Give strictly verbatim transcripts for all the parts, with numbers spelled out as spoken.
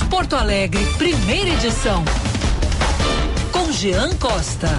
Porto Alegre, primeira edição. Com Jean Costa.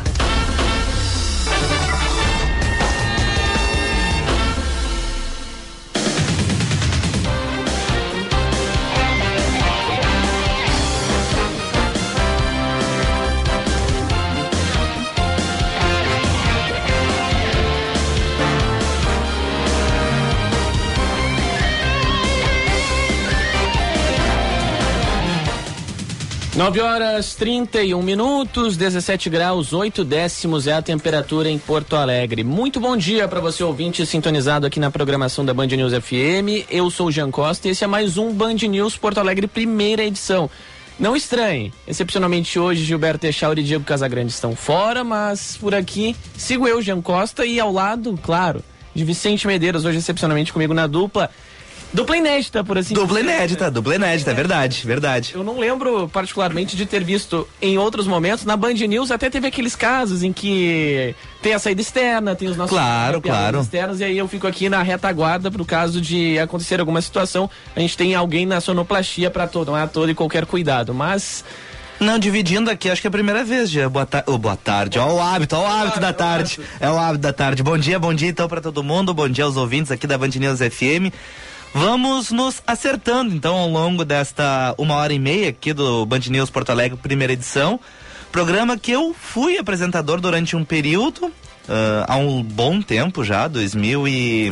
nove horas trinta e um minutos, dezessete graus, oito décimos é a temperatura em Porto Alegre. Muito bom dia para você, ouvinte, sintonizado aqui na programação da Band News F M. Eu sou o Jean Costa e esse é mais um Band News Porto Alegre, primeira edição. Não estranhe, excepcionalmente hoje Gilberto Echauri e Diego Casagrande estão fora, mas por aqui sigo eu, Jean Costa, e ao lado, claro, de Vicente Medeiros, hoje excepcionalmente comigo na dupla. Dupla inédita, por assim dizer. Dupla inédita, dupla inédita, é verdade, verdade. Eu não lembro particularmente de ter visto em outros momentos. Na Band News até teve aqueles casos em que tem a saída externa, tem os nossos claro, claro. externos, e aí eu fico aqui na retaguarda pro caso de acontecer alguma situação. A gente tem alguém na sonoplastia para todo, não é todo e qualquer cuidado, mas... Não, dividindo aqui, acho que é a primeira vez, já. Boa, ta... oh, boa tarde, ó o hábito, ó o hábito da tarde. É o hábito da tarde. Bom dia, bom dia então para todo mundo, bom dia aos ouvintes aqui da Band News F M. Vamos nos acertando, então, ao longo desta uma hora e meia aqui do Band News Porto Alegre, primeira edição. Programa que eu fui apresentador durante um período, uh, há um bom tempo já, dois mil e...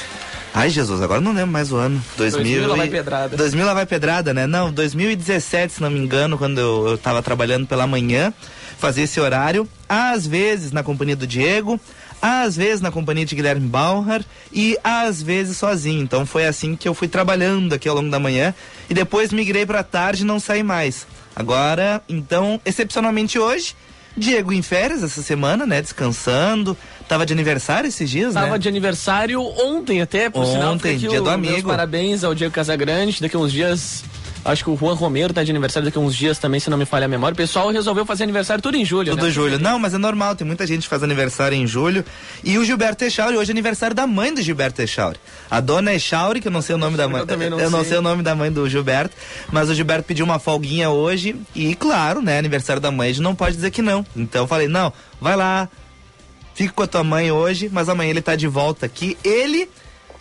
Ai, Jesus, agora não lembro mais o ano. dois mil, dois mil lá vai e... pedrada. dois mil lá vai pedrada, né? Não, dois mil e dezessete, se não me engano, quando eu, eu tava trabalhando pela manhã, fazia esse horário, às vezes na companhia do Diego, às vezes na companhia de Guilherme Bauer e às vezes sozinho. Então foi assim que eu fui trabalhando aqui ao longo da manhã e depois migrei pra tarde e não saí mais. Agora, então, excepcionalmente hoje, Diego em férias essa semana, né? Descansando. Tava de aniversário esses dias, Tava né? Tava de aniversário ontem até, por ontem, sinal. Ontem, dia o, do amigo. Meus parabéns ao Diego Casagrande. Daqui a uns dias... Acho que o Juan Romero tá de aniversário daqui a uns dias também, se não me falha a memória. O pessoal resolveu fazer aniversário tudo em julho, Tudo né? em julho. Não, mas é normal, tem muita gente que faz aniversário em julho. E o Gilberto Echauri, hoje é aniversário da mãe do Gilberto Echauri. A dona Echauri, que eu não sei o nome da mãe. Eu também não eu sei. não sei o nome da mãe do Gilberto, mas o Gilberto pediu uma folguinha hoje. E claro, né, aniversário da mãe, a gente não pode dizer que não. Então eu falei, não, vai lá, fica com a tua mãe hoje, mas amanhã ele tá de volta aqui. Ele...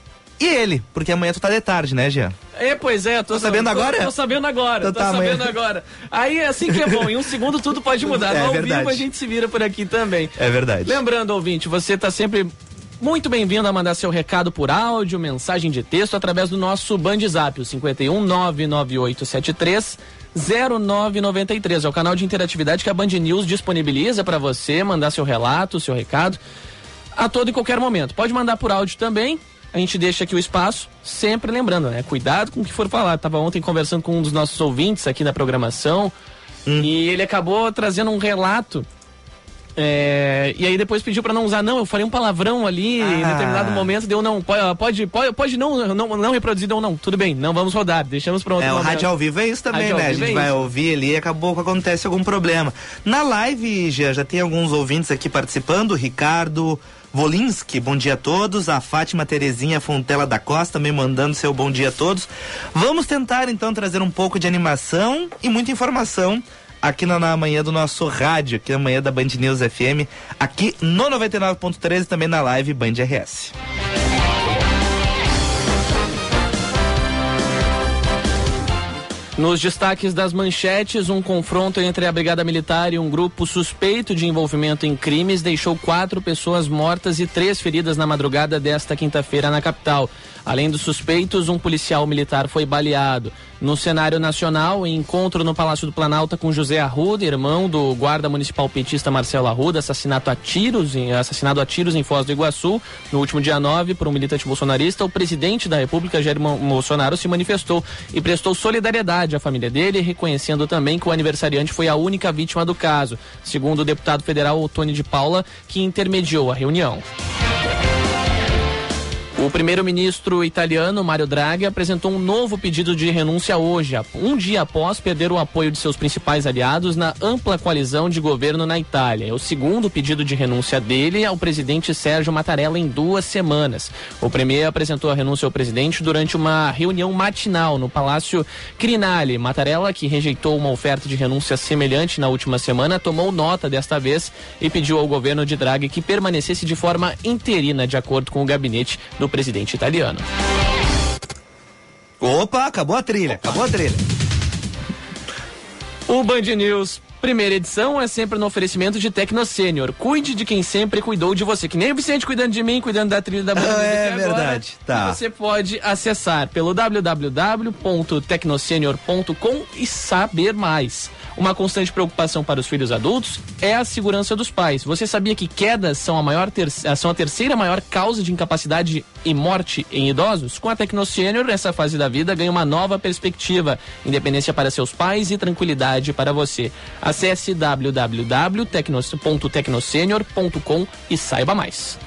E ele, porque amanhã tu tá de tarde, né, Jean? É, pois é, tô, tô sabendo tô, agora? Tô, tô sabendo agora, então tô tá, sabendo amanhã. agora. Aí é assim que é bom, em um segundo tudo pode mudar. É No ao verdade. vivo a gente se vira por aqui também. É verdade. Lembrando, ouvinte, você tá sempre muito bem-vindo a mandar seu recado por áudio, mensagem de texto, através do nosso Band Zap, o cinco um nove nove oito sete três zero nove nove três. É o canal de interatividade que a Band News disponibiliza para você mandar seu relato, seu recado, a todo e qualquer momento. Pode mandar por áudio também. A gente deixa aqui o espaço, sempre lembrando, né? Cuidado com o que for falar. Eu tava ontem conversando com um dos nossos ouvintes aqui da programação hum. e ele acabou trazendo um relato. É, e aí depois pediu pra não usar, não, eu falei um palavrão ali ah. em determinado momento, deu não, pode, pode, pode não, não, não reproduzir, deu não, tudo bem, não vamos rodar, deixamos pra outro É, momento. o rádio ao vivo é isso também, rádio né? A gente é vai isso. ouvir ali e acabou que acontece algum problema. Na live, já, já tem alguns ouvintes aqui participando, Ricardo Volinski, bom dia a todos, a Fátima Terezinha Fontela da Costa também mandando seu bom dia a todos. Vamos tentar então trazer um pouco de animação e muita informação aqui na, na manhã do nosso rádio, aqui na manhã da Band News F M, aqui no noventa e nove ponto três e também na live Band R S. Nos destaques das manchetes, um confronto entre a Brigada Militar e um grupo suspeito de envolvimento em crimes deixou quatro pessoas mortas e três feridas na madrugada desta quinta-feira na capital. Além dos suspeitos, um policial militar foi baleado. No cenário nacional, encontro no Palácio do Planalto com José Arruda, irmão do guarda municipal petista Marcelo Arruda, assassinado a tiros em, assassinado a tiros em Foz do Iguaçu, no último dia nove, por um militante bolsonarista. O presidente da República, Jair Bolsonaro, se manifestou e prestou solidariedade à família dele, reconhecendo também que o aniversariante foi a única vítima do caso, segundo o deputado federal Otônio de Paula, que intermediou a reunião. O primeiro-ministro italiano, Mario Draghi, apresentou um novo pedido de renúncia hoje, um dia após perder o apoio de seus principais aliados na ampla coalizão de governo na Itália. É o segundo pedido de renúncia dele ao presidente Sérgio Mattarella em duas semanas. O premier apresentou a renúncia ao presidente durante uma reunião matinal no Palácio Quirinale. Mattarella, que rejeitou uma oferta de renúncia semelhante na última semana, tomou nota desta vez e pediu ao governo de Draghi que permanecesse de forma interina, de acordo com o gabinete do presidente italiano. Opa, acabou a trilha, Opa. acabou a trilha. O Band News primeira edição é sempre no oferecimento de Tecno Sênior. Cuide de quem sempre cuidou de você. Que nem o Vicente cuidando de mim, cuidando da trilha da Band News. É verdade, tá. Você pode acessar pelo w w w ponto tecnosenior ponto com e saber mais. Uma constante preocupação para os filhos adultos é a segurança dos pais. Você sabia que quedas são a, maior ter... são a terceira maior causa de incapacidade e morte em idosos? Com a Tecnosênior, nessa fase da vida, ganha uma nova perspectiva. Independência para seus pais e tranquilidade para você. Acesse w w w ponto tecnosenior ponto com e saiba mais.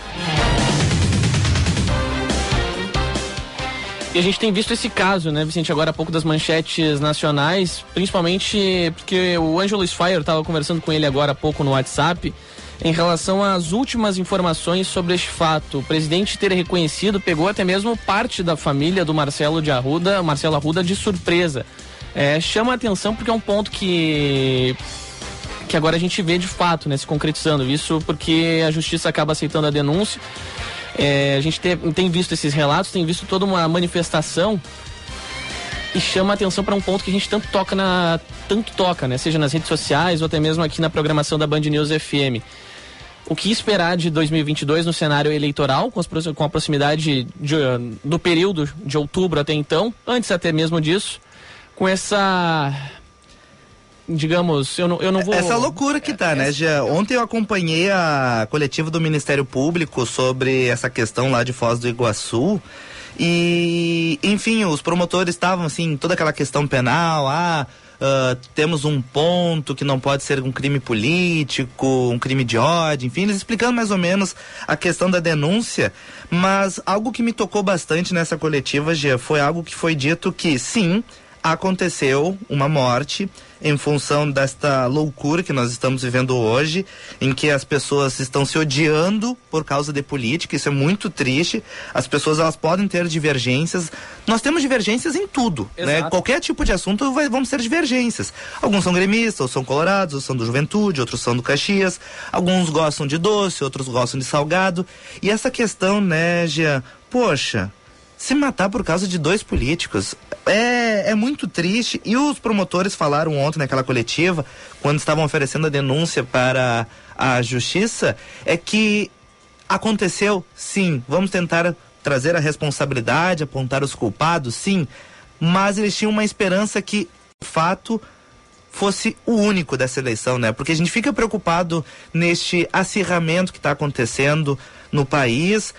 E a gente tem visto esse caso, né, Vicente, agora há pouco das manchetes nacionais, principalmente porque o Ângelo Sfire, estava conversando com ele agora há pouco no WhatsApp, em relação às últimas informações sobre este fato. O presidente ter reconhecido, pegou até mesmo parte da família do Marcelo de Arruda, Marcelo Arruda de surpresa. É, chama a atenção porque é um ponto que... que agora a gente vê de fato, né, se concretizando. Isso porque a justiça acaba aceitando a denúncia. É, a gente tem, tem visto esses relatos, tem visto toda uma manifestação e chama a atenção para um ponto que a gente tanto toca, na, tanto toca, né? Seja nas redes sociais ou até mesmo aqui na programação da Band News F M. O que esperar de dois mil e vinte e dois no cenário eleitoral, com, as, com a proximidade de, do período de outubro até então, antes até mesmo disso, com essa... digamos, eu não, eu não vou... Essa loucura que tá, né, Jean? Ontem eu acompanhei a coletiva do Ministério Público sobre essa questão lá de Foz do Iguaçu e, enfim, os promotores estavam, assim, toda aquela questão penal, ah, uh, temos um ponto que não pode ser um crime político, um crime de ódio, enfim, eles explicando mais ou menos a questão da denúncia, mas algo que me tocou bastante nessa coletiva, Jean, foi algo que foi dito que, sim, aconteceu uma morte em função desta loucura que nós estamos vivendo hoje, em que as pessoas estão se odiando por causa de política. Isso é muito triste. As pessoas, elas podem ter divergências. Nós temos divergências em tudo, né? Qualquer tipo de assunto vai, vamos ter divergências. Alguns são gremistas, ou são colorados, ou são do Juventude, outros são do Caxias. Alguns gostam de doce, outros gostam de salgado. E essa questão, né, Jean, poxa, se matar por causa de dois políticos é, é muito triste. E os promotores falaram ontem naquela coletiva, quando estavam oferecendo a denúncia para a justiça, é que aconteceu, sim, vamos tentar trazer a responsabilidade, apontar os culpados, sim, mas eles tinham uma esperança que o fato fosse o único dessa eleição, né? Porque a gente fica preocupado neste acirramento que está acontecendo no país,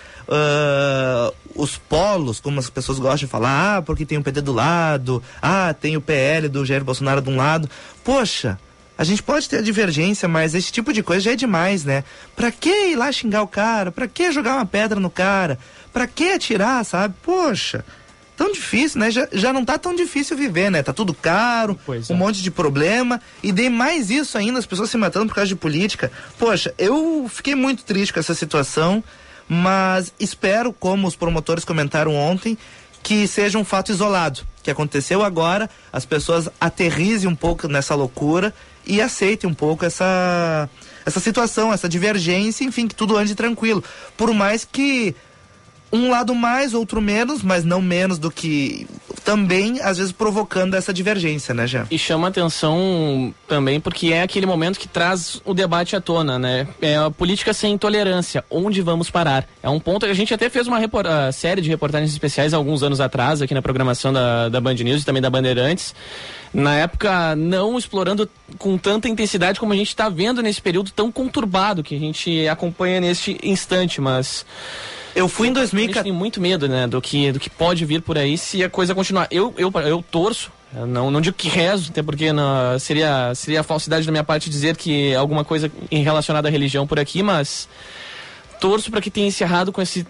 uh, os polos, como as pessoas gostam de falar, ah, porque tem o P T do lado, ah, tem o P L do Jair Bolsonaro de um lado. Poxa, a gente pode ter a divergência, mas esse tipo de coisa já é demais, né? Pra que ir lá xingar o cara? Pra que jogar uma pedra no cara? Pra que atirar, sabe? Poxa, tão difícil, né? Já, já não tá tão difícil viver, né? Tá tudo caro, pois um é. monte de problema, e de mais isso ainda, as pessoas se matando por causa de política. Poxa, eu fiquei muito triste com essa situação, mas espero, como os promotores comentaram ontem, que seja um fato isolado, que aconteceu agora, as pessoas aterrizem um pouco nessa loucura e aceitem um pouco essa, essa situação, essa divergência, enfim, que tudo ande tranquilo. Por mais que um lado mais, outro menos, mas não menos do que também, às vezes, provocando essa divergência, né, Jean? E chama atenção também porque é aquele momento que traz o debate à tona, né? É a política sem intolerância, onde vamos parar? É um ponto que a gente até fez uma repor- série de reportagens especiais há alguns anos atrás, aqui na programação da, da Band News e também da Bandeirantes. Na época, não explorando com tanta intensidade como a gente está vendo nesse período tão conturbado que a gente acompanha neste instante, mas... Eu fui em dois mil e quatorze. A gente tem muito medo, né, do que, do que pode vir por aí se a coisa continuar. Eu, eu, eu torço, eu não, não digo que rezo, até porque não, seria, seria falsidade da minha parte dizer que alguma coisa em relacionada à religião por aqui, mas torço para que tenha encerrado com esse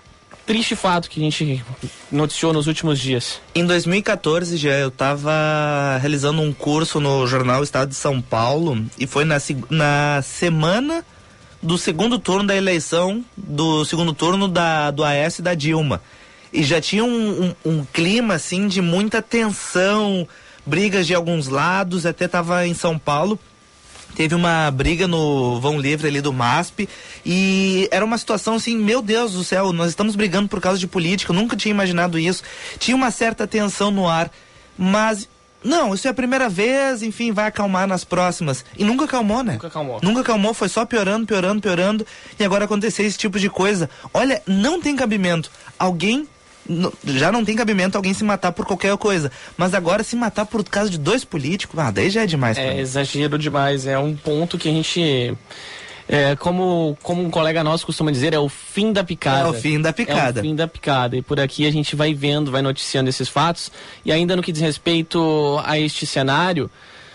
triste fato que a gente noticiou nos últimos dias. Em dois mil e quatorze, já eu estava realizando um curso no jornal Estado de São Paulo e foi na, na semana do segundo turno da eleição, do segundo turno da, do Aécio e da Dilma. E já tinha um, um, um clima, assim, de muita tensão, brigas de alguns lados, até estava em São Paulo. Teve uma briga no Vão Livre ali do M A S P e era uma situação assim, meu Deus do céu, nós estamos brigando por causa de política, eu nunca tinha imaginado isso. Tinha uma certa tensão no ar, mas não, isso é a primeira vez, enfim, vai acalmar nas próximas. E nunca acalmou, né? Nunca acalmou. Nunca acalmou, foi só piorando, piorando, piorando e agora aconteceu esse tipo de coisa. Olha, não tem cabimento. Alguém já não tem cabimento alguém se matar por qualquer coisa, mas agora se matar por causa de dois políticos, ah, daí já é demais. É exagero demais, é um ponto que a gente, é, como, como um colega nosso costuma dizer, é o fim da picada. É o fim da picada. É o fim da picada, e por aqui a gente vai vendo, vai noticiando esses fatos, e ainda no que diz respeito a este cenário,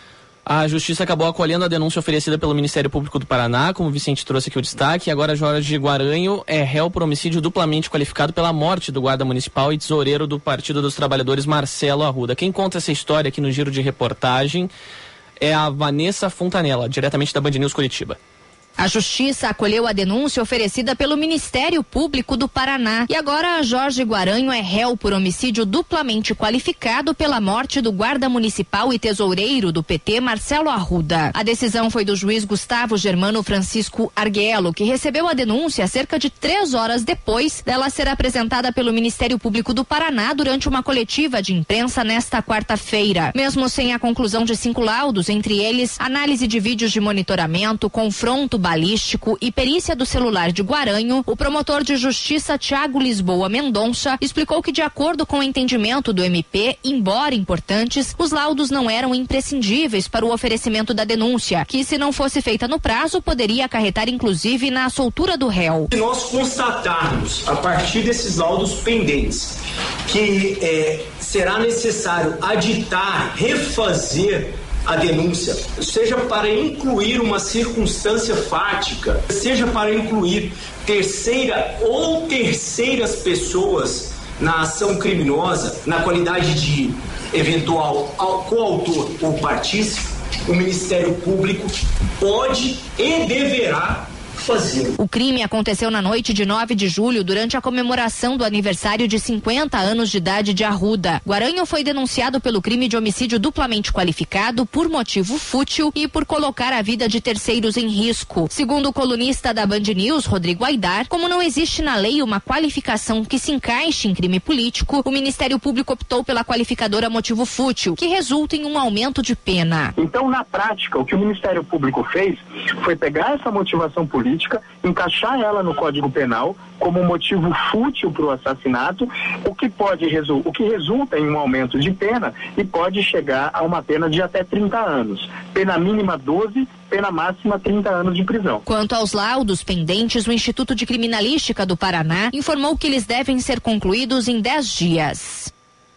a Justiça acabou acolhendo a denúncia oferecida pelo Ministério Público do Paraná, como o Vicente trouxe aqui o destaque, e agora Jorge Guaranho é réu por homicídio duplamente qualificado pela morte do guarda municipal e tesoureiro do Partido dos Trabalhadores, Marcelo Arruda. Quem conta essa história aqui no giro de reportagem é a Vanessa Fontanella, diretamente da Band News Curitiba. A Justiça acolheu a denúncia oferecida pelo Ministério Público do Paraná e agora Jorge Guaranho é réu por homicídio duplamente qualificado pela morte do guarda municipal e tesoureiro do P T, Marcelo Arruda. A decisão foi do juiz Gustavo Germano Francisco Arguello, que recebeu a denúncia cerca de três horas depois dela ser apresentada pelo Ministério Público do Paraná durante uma coletiva de imprensa nesta quarta-feira. Mesmo sem a conclusão de cinco laudos, entre eles análise de vídeos de monitoramento, confronto balístico e perícia do celular de Guaranho, o promotor de justiça Tiago Lisboa Mendonça explicou que, de acordo com o entendimento do M P, embora importantes, os laudos não eram imprescindíveis para o oferecimento da denúncia, que, se não fosse feita no prazo, poderia acarretar inclusive na soltura do réu. Se nós constatarmos, a partir desses laudos pendentes, que é, será necessário aditar, refazer a denúncia, seja para incluir uma circunstância fática, seja para incluir terceira ou terceiras pessoas na ação criminosa, na qualidade de eventual coautor ou partícipe, o Ministério Público pode e deverá fazer. O crime aconteceu na noite de nove de julho, durante a comemoração do aniversário de cinquenta anos de idade de Arruda. Guaranho foi denunciado pelo crime de homicídio duplamente qualificado por motivo fútil e por colocar a vida de terceiros em risco. Segundo o colunista da Band News, Rodrigo Aidar, como não existe na lei uma qualificação que se encaixe em crime político, o Ministério Público optou pela qualificadora motivo fútil, que resulta em um aumento de pena. Então, na prática, o que o Ministério Público fez foi pegar essa motivação política, encaixar ela no Código Penal como motivo fútil para o assassinato, o que pode resu- o que resulta em um aumento de pena e pode chegar a uma pena de até trinta anos. Pena mínima doze, pena máxima trinta anos de prisão. Quanto aos laudos pendentes, o Instituto de Criminalística do Paraná informou que eles devem ser concluídos em dez dias.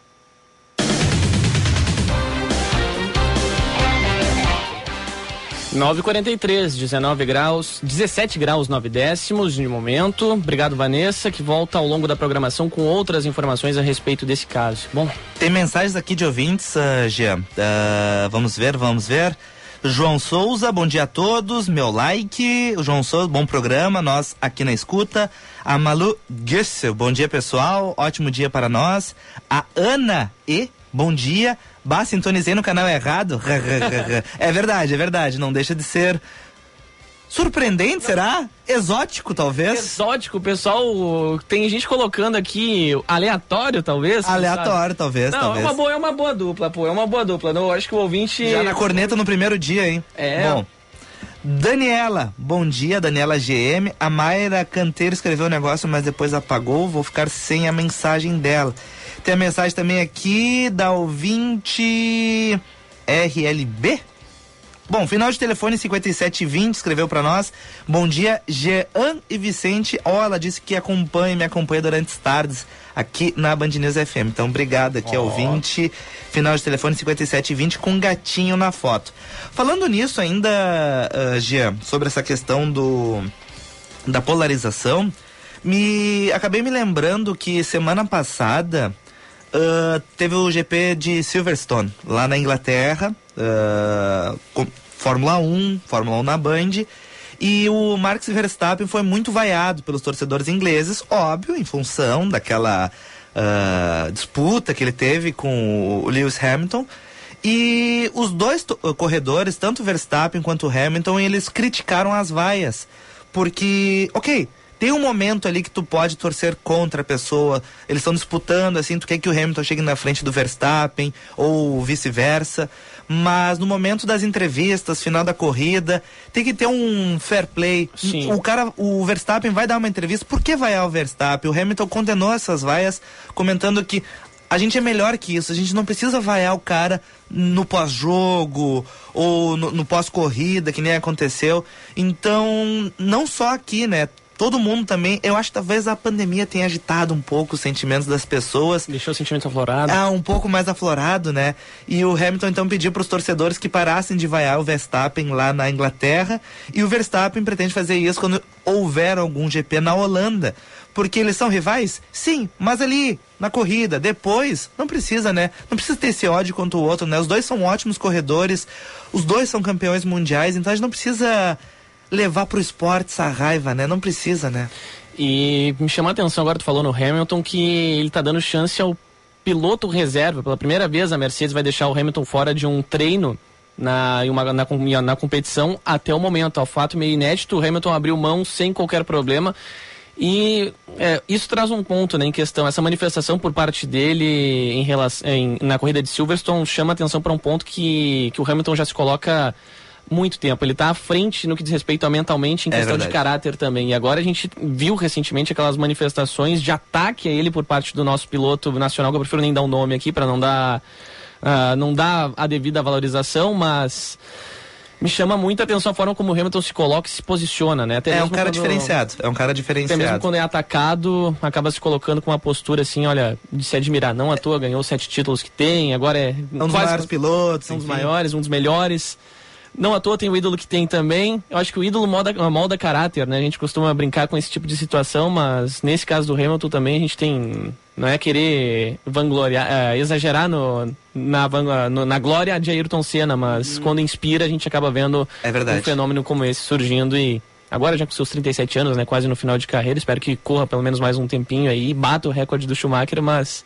nove e quarenta e três, dezenove graus, dezessete graus, nove décimos de momento. Obrigado, Vanessa, que volta ao longo da programação com outras informações a respeito desse caso. Bom, tem mensagens aqui de ouvintes, uh, Jean. Uh, vamos ver, vamos ver. João Souza, bom dia a todos, meu like. O João Souza, bom programa, nós aqui na escuta. A Malu Gussel, bom dia pessoal, ótimo dia para nós. A Ana E, bom dia. Bah, sintonizei no canal errado. É verdade, é verdade, não deixa de ser surpreendente, será? Exótico, talvez? Exótico, pessoal, tem gente colocando aqui aleatório, talvez? Aleatório, talvez, não, talvez. É uma boa, é uma boa dupla, pô, é uma boa dupla. Eu acho que o ouvinte... Já na corneta no primeiro dia, hein? É. Bom, Daniela, bom dia, Daniela G M. A Mayra Canteiro escreveu um negócio, mas depois apagou, vou ficar sem a mensagem dela. Tem a mensagem também aqui da ouvinte R L B. Bom, final de telefone cinquenta e sete vinte, escreveu pra nós. Bom dia, Jean e Vicente. Ó, oh, ela disse que acompanha, me acompanha durante as tardes aqui na Band News F M. Então, obrigado aqui ao oh. ouvinte. Final de telefone cinquenta e sete vinte com um gatinho na foto. Falando nisso ainda, uh, Jean, sobre essa questão do da polarização, Me acabei me lembrando que semana passada uh, teve o G P de Silverstone lá na Inglaterra, uh, com Fórmula um, Fórmula um na Band, e o Max Verstappen foi muito vaiado pelos torcedores ingleses, óbvio, em função daquela uh, disputa que ele teve com o Lewis Hamilton. E os dois corredores, tanto Verstappen quanto Hamilton, eles criticaram as vaias, porque, ok, tem um momento ali que tu pode torcer contra a pessoa, eles estão disputando, assim, tu quer que o Hamilton chegue na frente do Verstappen, ou vice-versa, mas no momento das entrevistas, final da corrida, tem que ter um fair play. Sim. O cara, o Verstappen vai dar uma entrevista, por que vaiar o Verstappen? O Hamilton condenou essas vaias, comentando que a gente é melhor que isso, a gente não precisa vaiar o cara no pós-jogo ou no, no pós-corrida, que nem aconteceu. Então, não só aqui, né? Todo mundo também, eu acho que talvez a pandemia tenha agitado um pouco os sentimentos das pessoas. Deixou o sentimento aflorado. Ah, um pouco mais aflorado, né? E o Hamilton então pediu para os torcedores que parassem de vaiar o Verstappen lá na Inglaterra, e o Verstappen pretende fazer isso quando houver algum G P na Holanda. Porque eles são rivais? Sim, mas ali, na corrida, depois, não precisa, né? Não precisa ter esse ódio contra o outro, né? Os dois são ótimos corredores, os dois são campeões mundiais, então a gente não precisa levar pro esporte essa raiva, né? Não precisa, né? E me chamou a atenção agora, tu falou no Hamilton, que ele tá dando chance ao piloto reserva. Pela primeira vez a Mercedes vai deixar o Hamilton fora de um treino na, em uma, na, na competição até o momento. É um fato meio inédito, o Hamilton abriu mão sem qualquer problema. E é, isso traz um ponto, né, em questão, essa manifestação por parte dele em relação, em, na corrida de Silverstone chama atenção para um ponto que, que o Hamilton já se coloca muito tempo. Ele está à frente no que diz respeito a mentalmente, em questão é de caráter também. E agora a gente viu recentemente aquelas manifestações de ataque a ele por parte do nosso piloto nacional, que eu prefiro nem dar um nome aqui para não dar, uh, não dar a devida valorização, mas me chama muita atenção a forma como o Hamilton se coloca e se posiciona, né? Até é um cara quando, diferenciado, é um cara diferenciado. Até mesmo quando é atacado, acaba se colocando com uma postura assim, olha, de se admirar. Não à toa, ganhou sete títulos que tem, agora é um dos maiores pilotos, um dos maiores, um dos melhores. Não à toa tem o ídolo que tem também. Eu acho que o ídolo molda, molda caráter, né? A gente costuma brincar com esse tipo de situação, mas nesse caso do Hamilton também a gente tem... Não é querer vangloriar, é, exagerar no, na, no, na glória de Ayrton Senna, mas hum. quando inspira a gente acaba vendo é verdade. um fenômeno como esse surgindo e... Agora já com seus trinta e sete anos, né? Quase no final de carreira. Espero que corra pelo menos mais um tempinho aí e bata o recorde do Schumacher, mas...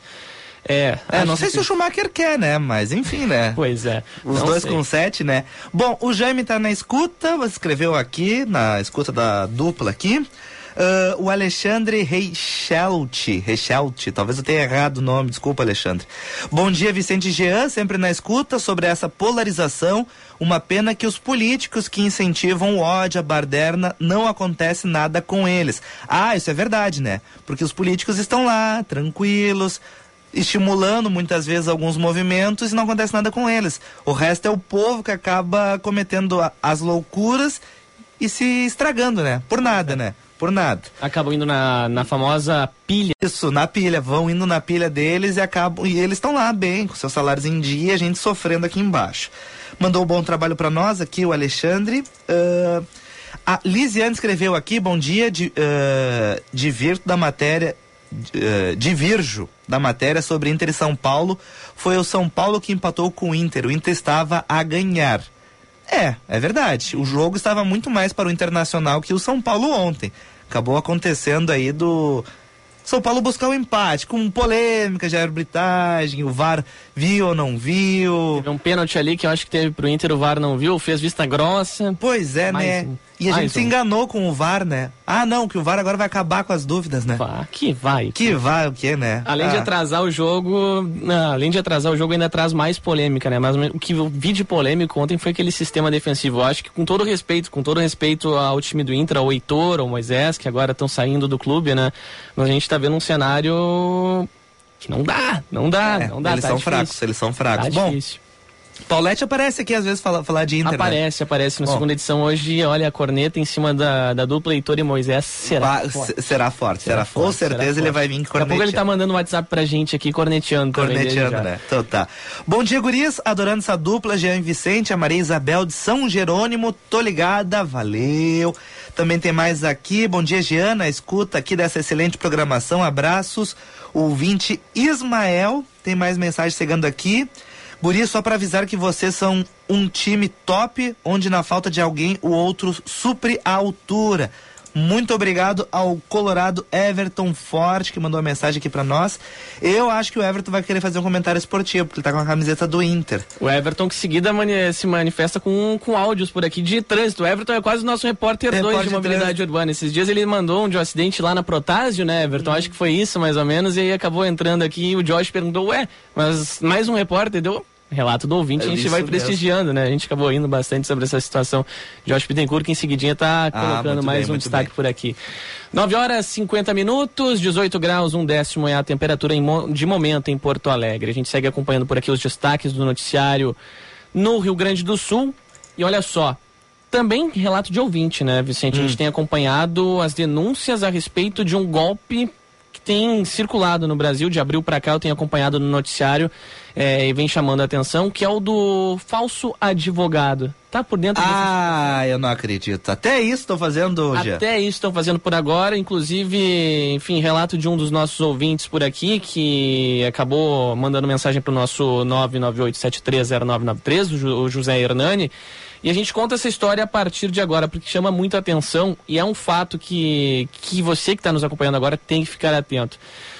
É, é não sei que... se o Schumacher quer, né? Mas enfim, né? Pois é. Os dois sei. com sete, né? Bom, o Jaime tá na escuta, você escreveu aqui, na escuta da dupla aqui. Uh, o Alexandre Reichelt, Reichelt, talvez eu tenha errado o nome, desculpa, Alexandre. Bom dia, Vicente Jean, sempre na escuta sobre essa polarização. Uma pena que os políticos que incentivam o ódio, a baderna, não acontece nada com eles. Ah, isso é verdade, né? Porque os políticos estão lá, tranquilos, estimulando muitas vezes alguns movimentos e não acontece nada com eles. O resto é o povo que acaba cometendo a, as loucuras e se estragando, né? Por nada, né? Por nada. Acabam indo na, na famosa pilha. Isso, na pilha. Vão indo na pilha deles e acabam. E eles estão lá bem, com seus salários em dia, a gente sofrendo aqui embaixo. Mandou um bom trabalho para nós aqui, o Alexandre. Uh, a Lisiane escreveu aqui, bom dia, de, uh, divirto da matéria. Uh, divirjo da matéria sobre Inter e São Paulo. Foi o São Paulo que empatou com o Inter. O Inter estava a ganhar. É, é verdade. O jogo estava muito mais para o Internacional que o São Paulo ontem. Acabou acontecendo aí do São Paulo buscar o empate, com polêmica de arbitragem, o V A R viu ou não viu. Teve um pênalti ali que eu acho que teve pro Inter, o V A R não viu, fez vista grossa. Pois é, mais né? Um. E a mais gente um. se enganou com o V A R, né? Ah, não, que o V A R agora vai acabar com as dúvidas, né? Vá, que vai. Que cara. vai o que, né? Além ah. de atrasar o jogo, não, além de atrasar o jogo ainda traz mais polêmica, né? Mas o que eu vi de polêmico ontem foi aquele sistema defensivo. Eu acho que com todo respeito, com todo respeito ao time do Inter, ao Heitor, ao Moisés, que agora estão saindo do clube, né? Mas a gente tá vendo um cenário que não dá, não dá, é, não dá. Eles tá são difícil. fracos, eles são fracos. Tá Bom, difícil. Paulette aparece aqui às vezes falar, falar de Inter. Aparece, né? Aparece na segunda edição hoje. Olha, a corneta em cima da, da dupla Heitor e Moisés. Será ba- forte. Será forte, será, será forte. Com certeza será ele forte. vai vir corneteando. Daqui a pouco ele tá mandando um WhatsApp pra gente aqui, corneteando. Corneteando, né? Então tá. Bom dia, guris. Adorando essa dupla, Jean e Vicente, a Maria Isabel de São Jerônimo. Tô ligada, valeu. Também tem mais aqui. Bom dia, Giana. Escuta aqui dessa excelente programação. Abraços. O ouvinte Ismael. Tem mais mensagem chegando aqui. Guri, só para avisar que vocês são um time top, onde na falta de alguém o outro supre a altura. Muito obrigado ao Colorado Everton Forte, que mandou uma mensagem aqui pra nós. Eu acho que o Everton vai querer fazer um comentário esportivo, porque ele tá com a camiseta do Inter. O Everton que seguida mani- se manifesta com, com áudios por aqui de trânsito. O Everton é quase o nosso repórter dois de mobilidade urbana. Esses dias ele mandou um de um acidente lá na Protásio, né, Everton? Uhum. Acho que foi isso, mais ou menos, e aí acabou entrando aqui e o Josh perguntou, ué, mas mais um repórter? Deu... Relato do ouvinte, é, a gente vai prestigiando, mesmo. né? A gente acabou indo bastante sobre essa situação. Josh Bittencourt, que em seguidinha tá colocando ah, mais bem, um destaque bem. por aqui. nove horas e cinquenta minutos, dezoito graus, um décimo é a temperatura em mo- de momento em Porto Alegre. A gente segue acompanhando por aqui os destaques do noticiário no Rio Grande do Sul. E olha só, também relato de ouvinte, né, Vicente? Hum. A gente tem acompanhado as denúncias a respeito de um golpe que tem circulado no Brasil, de abril para cá eu tenho acompanhado no noticiário é, e vem chamando a atenção, que é o do falso advogado. Tá por dentro Ah, desse... eu não acredito. Até isso estão fazendo hoje. Até isso estão fazendo por agora, inclusive, enfim, relato de um dos nossos ouvintes por aqui, que acabou mandando mensagem pro nosso nove nove oito sete três zero nove nove três, o José Hernani. E a gente conta essa história a partir de agora, porque chama muita atenção e é um fato que, que você que está nos acompanhando agora tem que ficar atento.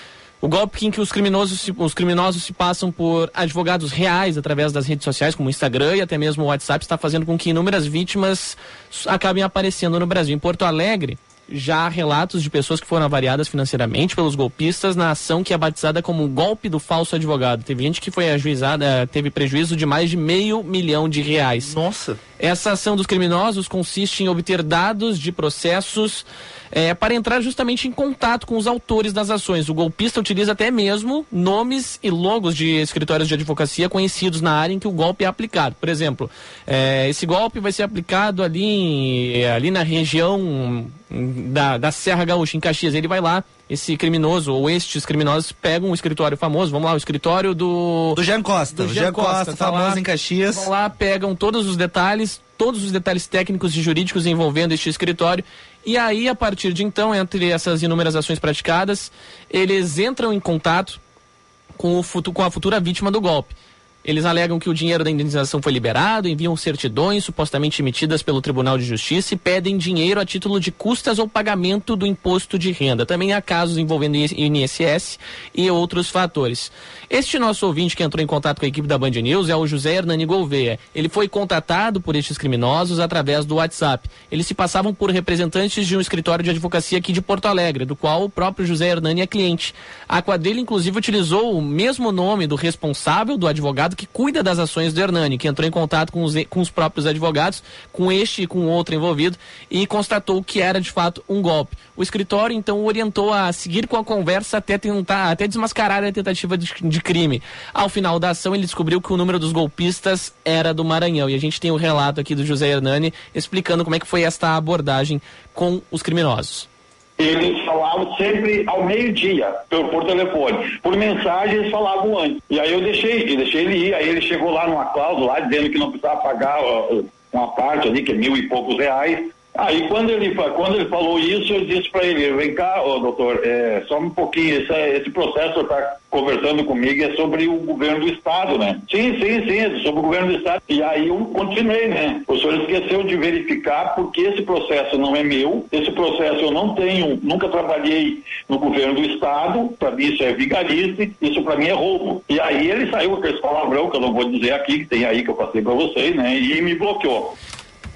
O golpe em que os criminosos, se, os criminosos se passam por advogados reais através das redes sociais, como o Instagram e até mesmo o WhatsApp, está fazendo com que inúmeras vítimas acabem aparecendo no Brasil. Em Porto Alegre, já há relatos de pessoas que foram avariadas financeiramente pelos golpistas na ação que é batizada como o golpe do falso advogado. Teve gente que foi ajuizada, teve prejuízo de mais de meio milhão de reais. Nossa! Essa ação dos criminosos consiste em obter dados de processos é, para entrar justamente em contato com os autores das ações. O golpista utiliza até mesmo nomes e logos de escritórios de advocacia conhecidos na área em que o golpe é aplicado. Por exemplo, é, esse golpe vai ser aplicado ali, ali na região da, da Serra Gaúcha, em Caxias. Ele vai lá, esse criminoso ou estes criminosos pegam um escritório famoso, vamos lá, o escritório do... Do Jean Costa, do Jean, Jean Costa, Costa tá famoso lá, em Caxias. Vão lá, pegam todos os detalhes, todos os detalhes técnicos e jurídicos envolvendo este escritório, e aí, a partir de então, entre essas inúmeras ações praticadas, eles entram em contato com, o futu- com a futura vítima do golpe. Eles alegam que o dinheiro da indenização foi liberado, enviam certidões supostamente emitidas pelo Tribunal de Justiça e pedem dinheiro a título de custas ou pagamento do imposto de renda. Também há casos envolvendo I N S S e outros fatores. Este nosso ouvinte que entrou em contato com a equipe da Band News é o José Hernani Gouveia. Ele foi contatado por estes criminosos através do WhatsApp. Eles se passavam por representantes de um escritório de advocacia aqui de Porto Alegre, do qual o próprio José Hernani é cliente. A quadrilha, inclusive, utilizou o mesmo nome do responsável, do advogado que cuida das ações do Hernani, que entrou em contato com os, com os próprios advogados, com este e com outro envolvido, e constatou que era de fato um golpe. O escritório então orientou a seguir com a conversa até tentar, até desmascarar a tentativa de, de crime. Ao final da ação, ele descobriu que o número dos golpistas era do Maranhão, e a gente tem o relato aqui do José Hernani explicando como é que foi esta abordagem com os criminosos. Eles falavam sempre ao meio-dia, por, por telefone. Por mensagem eles falavam antes. E aí eu deixei, eu deixei ele ir. Aí ele chegou lá numa cláusula, lá, dizendo que não precisava pagar uh, uma parte ali, que é mil e poucos reais. Aí quando ele, quando ele falou isso, eu disse para ele, vem cá, ô, doutor, é, só um pouquinho, esse, esse processo está conversando comigo é sobre o governo do estado, né? Sim, sim, sim, é sobre o governo do estado. E aí eu continuei, né? O senhor esqueceu de verificar porque esse processo não é meu, esse processo eu não tenho, nunca trabalhei no governo do estado, para mim isso é vigarice, isso para mim é roubo. E aí ele saiu com esse palavrão, que eu não vou dizer aqui, que tem aí que eu passei para vocês, né? E me bloqueou.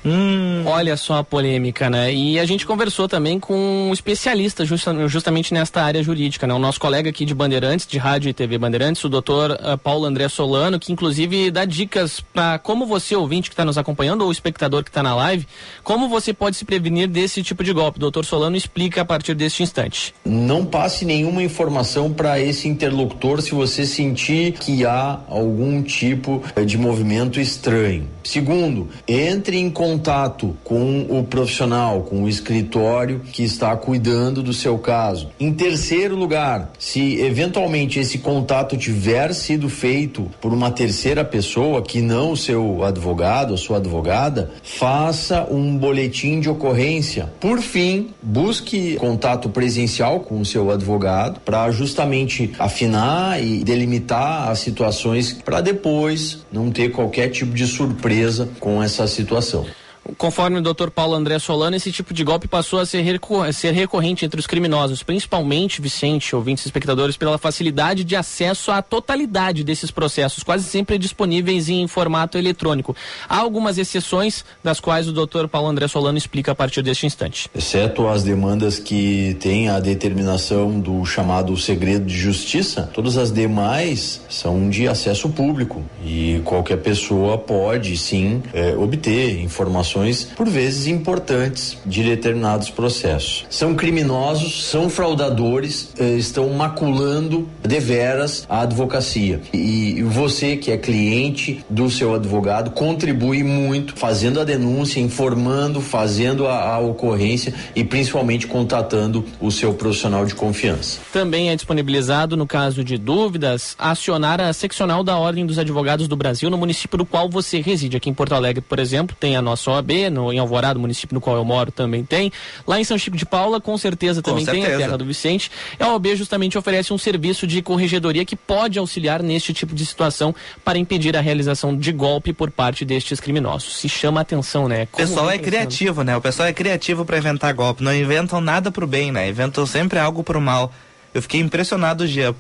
Hum. Olha só a polêmica, né? E a gente conversou também com um especialista justa, justamente nesta área jurídica, né? O nosso colega aqui de Bandeirantes, de Rádio e T V Bandeirantes, o doutor uh, Paulo André Solano, que inclusive dá dicas para como você, ouvinte que está nos acompanhando, ou espectador que está na live, como você pode se prevenir desse tipo de golpe. O doutor Solano explica a partir deste instante. Não passe nenhuma informação para esse interlocutor se você sentir que há algum tipo de movimento estranho. Segundo, entre em contato com o profissional, com o escritório que está cuidando do seu caso. Em terceiro lugar, se eventualmente esse contato tiver sido feito por uma terceira pessoa, que não o seu advogado ou sua advogada, faça um boletim de ocorrência. Por fim, busque contato presencial com o seu advogado para justamente afinar e delimitar as situações para depois não ter qualquer tipo de surpresa com essa situação. Conforme o doutor Paulo André Solano, esse tipo de golpe passou a ser, recor- a ser recorrente entre os criminosos, principalmente, Vicente, ouvintes e espectadores, pela facilidade de acesso à totalidade desses processos, quase sempre disponíveis em formato eletrônico. Há algumas exceções, das quais o doutor Paulo André Solano explica a partir deste instante. Exceto as demandas que têm a determinação do chamado segredo de justiça, todas as demais são de acesso público e qualquer pessoa pode, sim, é, obter informações por vezes importantes de determinados processos. São criminosos, são fraudadores, eh, estão maculando deveras a advocacia. E você que é cliente do seu advogado contribui muito fazendo a denúncia, informando, fazendo a, a ocorrência e principalmente contatando o seu profissional de confiança. Também é disponibilizado, no caso de dúvidas, acionar a seccional da Ordem dos Advogados do Brasil no município do qual você reside. Aqui em Porto Alegre, por exemplo, tem a nossa O A B, no, em Alvorada, município no qual eu moro, também tem. Lá em São Chico de Paula, com certeza também com certeza. Tem, a terra do Vicente. A O A B justamente oferece um serviço de corregedoria que pode auxiliar neste tipo de situação para impedir a realização de golpe por parte destes criminosos. Se chama a atenção, né? O pessoal é criativo, né? O pessoal é criativo para inventar golpe. Não inventam nada pro bem, né? Inventam sempre algo pro mal. Eu fiquei impressionado, Gia.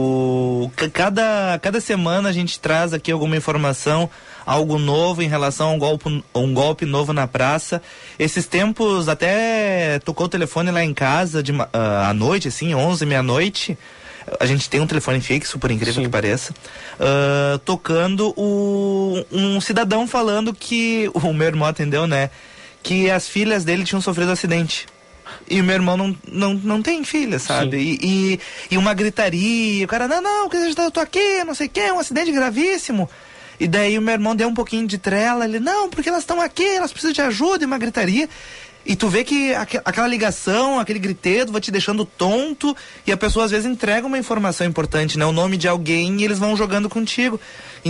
O... Cada, cada semana a gente traz aqui alguma informação, algo novo em relação a um golpe, um golpe novo na praça. Esses tempos até tocou o telefone lá em casa de, uh, à noite, assim, onze, meia-noite. A gente tem um telefone fixo, por incrível Sim. que pareça. Uh, tocando o, um cidadão falando que... O meu irmão atendeu, né? Que as filhas dele tinham sofrido acidente. E o meu irmão não, não, não tem filha, sabe? E, e, e uma gritaria, o cara, não, não, eu tô aqui, não sei o que, é um acidente gravíssimo. E daí o meu irmão deu um pouquinho de trela, ele, não, porque elas estão aqui, elas precisam de ajuda, e uma gritaria. E tu vê que aqu- aquela ligação, aquele gritedo vai te deixando tonto, e a pessoa às vezes entrega uma informação importante, né? O nome de alguém, e eles vão jogando contigo.